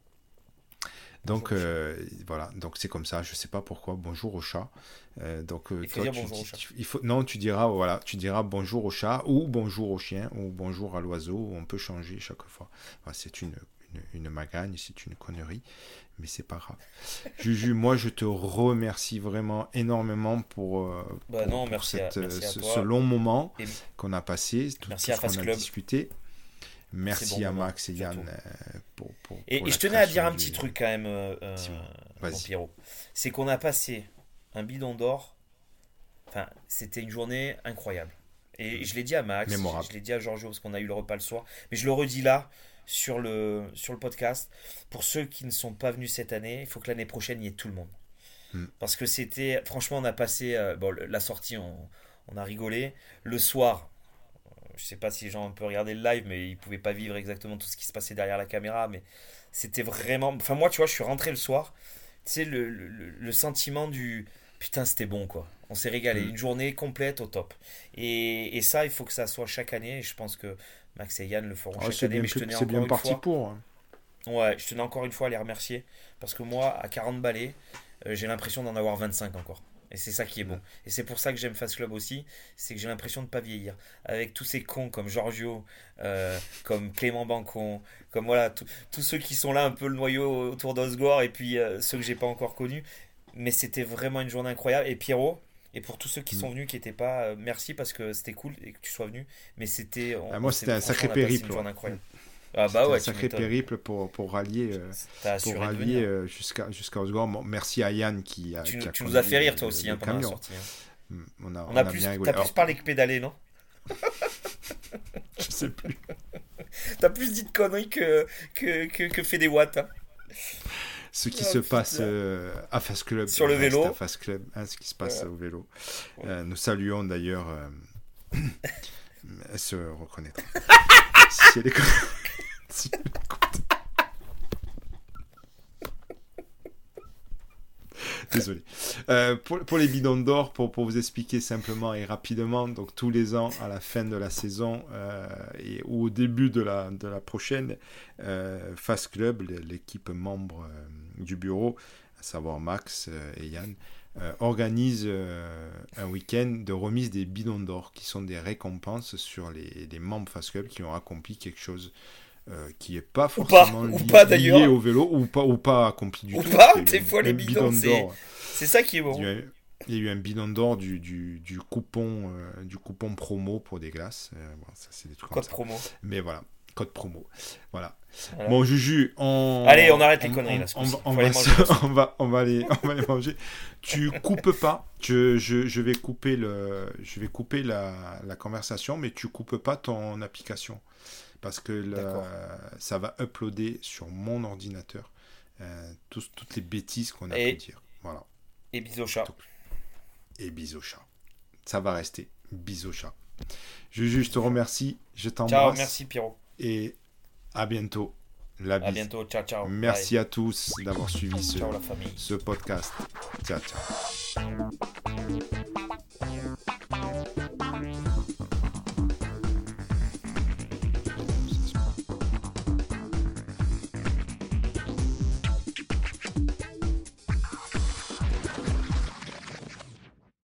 Donc Bonjour au chat. euh, voilà, donc c'est comme ça, je sais pas pourquoi, bonjour au chat. Euh, donc euh, Il faut toi, dire tu, bonjour au tu- chat. tu- il faut, non, tu diras voilà, tu diras bonjour au chat ou bonjour au chien ou bonjour à l'oiseau. On peut changer chaque fois. Enfin, c'est une, une, une magagne, c'est une connerie, mais c'est pas grave. Juju, moi je te remercie vraiment énormément pour, euh, Bah pour, non, pour merci à, cette, euh, merci à ce, toi. ce long moment Et qu'on a passé, tout, merci tout à ce qu'on Fast a Club. discuté. Ces Merci bons à moments, Max et Yann surtout. euh, pour, pour, Et, pour et la je tenais à dire création un du- petit truc quand même, euh, euh, Dis-moi. mon Vas-y. Pierrot. C'est qu'on a passé un bidon d'or. Enfin, c'était une journée incroyable. Et je l'ai dit à Max, Mémorable. je l'ai dit à Giorgio parce qu'on a eu le repas le soir. Mais je le redis là, sur le, sur le podcast. Pour ceux qui ne sont pas venus cette année, il faut que l'année prochaine, il y ait tout le monde. Mm. Parce que c'était. Franchement, on a passé. euh, bon, le- la sortie, on, on a rigolé. Le soir, je sais pas si les gens ont un peu regardé le live, mais ils pouvaient pas vivre exactement tout ce qui se passait derrière la caméra. Mais c'était vraiment. Enfin, moi, tu vois, je suis rentré le soir. Tu sais, le, le, le sentiment du. Putain, c'était bon, quoi. On s'est régalé. Mm. Une journée complète au top. Et, et ça, il faut que ça soit chaque année. Et je pense que Max et Yann le feront Ah, chaque c'est année. bien, Mais je tenais c'est encore bien une parti fois. pour. hein. Ouais, je tenais encore une fois à les remercier. Parce que moi, à quarante balais, euh, j'ai l'impression d'en avoir vingt-cinq encore. Et c'est ça qui est bon. Et c'est pour ça que j'aime Fast Club aussi. C'est que j'ai l'impression de ne pas vieillir. Avec tous ces cons comme Giorgio, euh, comme Clément Bancon, comme voilà, tout- tous ceux qui sont là un peu le noyau autour d'Osgore et puis euh, ceux que j'ai pas encore connus. Mais c'était vraiment une journée incroyable. Et Pierrot, et pour tous ceux qui Mm. sont venus, qui n'étaient pas, euh, merci parce que c'était cool et que tu sois venu. Mais c'était. on- Ah, moi, on s'est- c'était un franchement, sacré on a passé périple, Une journée ouais. incroyable. Ah C'était bah ouais, un tu sacré m'étonnes. périple pour, pour rallier, euh, T'as pour assuré de rallier venir. euh, jusqu'à jusqu'à Osgore. Bon, merci à Yann qui a, Tu, qui a tu nous as conduit fait rire le- toi aussi le hein, pendant la camion. sortie, hein. Mm, On a, On on a a plus, bien t'as rigolé. plus Alors, parlé que pédalé, non? je sais plus. T'as plus dit de conneries que, que, que, que fait des watts, hein. Ce qui Oh, se putain. passe euh, à Fast Club. Sur le reste vélo. À Fast Club, hein, ce qui se passe Ouais. au vélo. Euh, nous saluons d'ailleurs. euh, elle se reconnaîtra. si elle écoute. si elle écoute. Désolé. Euh, pour, pour les bidons d'or, pour, pour vous expliquer simplement et rapidement, donc tous les ans, à la fin de la saison euh, et, ou au début de la, de la prochaine, euh, Fast Club, l'équipe membre euh, du bureau, à savoir Max euh, et Yann, euh, organise euh, un week-end de remise des bidons d'or, qui sont des récompenses sur les, les membres Fast Club qui ont accompli quelque chose Euh, qui n'est pas forcément ou pas, li- ou pas, lié d'ailleurs. au vélo ou pas, ou pas accompli du Ou tout. pas, Il y a eu des un- fois les un bidons, c'est, d'or. c'est ça qui est Il y bon. a eu, il y a eu un bidon d'or du, du, du coupon euh, du coupon promo pour des glaces. Euh, bon, ça c'est des trucs comme Code ça. promo. Mais voilà, code promo. Voilà. Voilà. Bon Juju, on Allez, on arrête les on, conneries on- là. ce on coup-ci. va- Faut on aller va manger, se- là. on va on va les on va les manger. Tu coupes pas. Je, je, je vais couper le je vais couper la, la conversation, mais tu coupes pas ton application. Parce que le- ça va uploader sur mon ordinateur euh, tous- toutes les bêtises qu'on a Et- pu dire. Voilà. Et bisous au chat. Et bisous chat. Ça va rester. Bisous chat. Juju, je te remercie. Je t'embrasse. Ciao, merci Pierrot. Et à bientôt. La À bise. bientôt, ciao, ciao. Merci Bye. à tous d'avoir suivi ce, Ciao la famille. ce podcast. Ciao, ciao.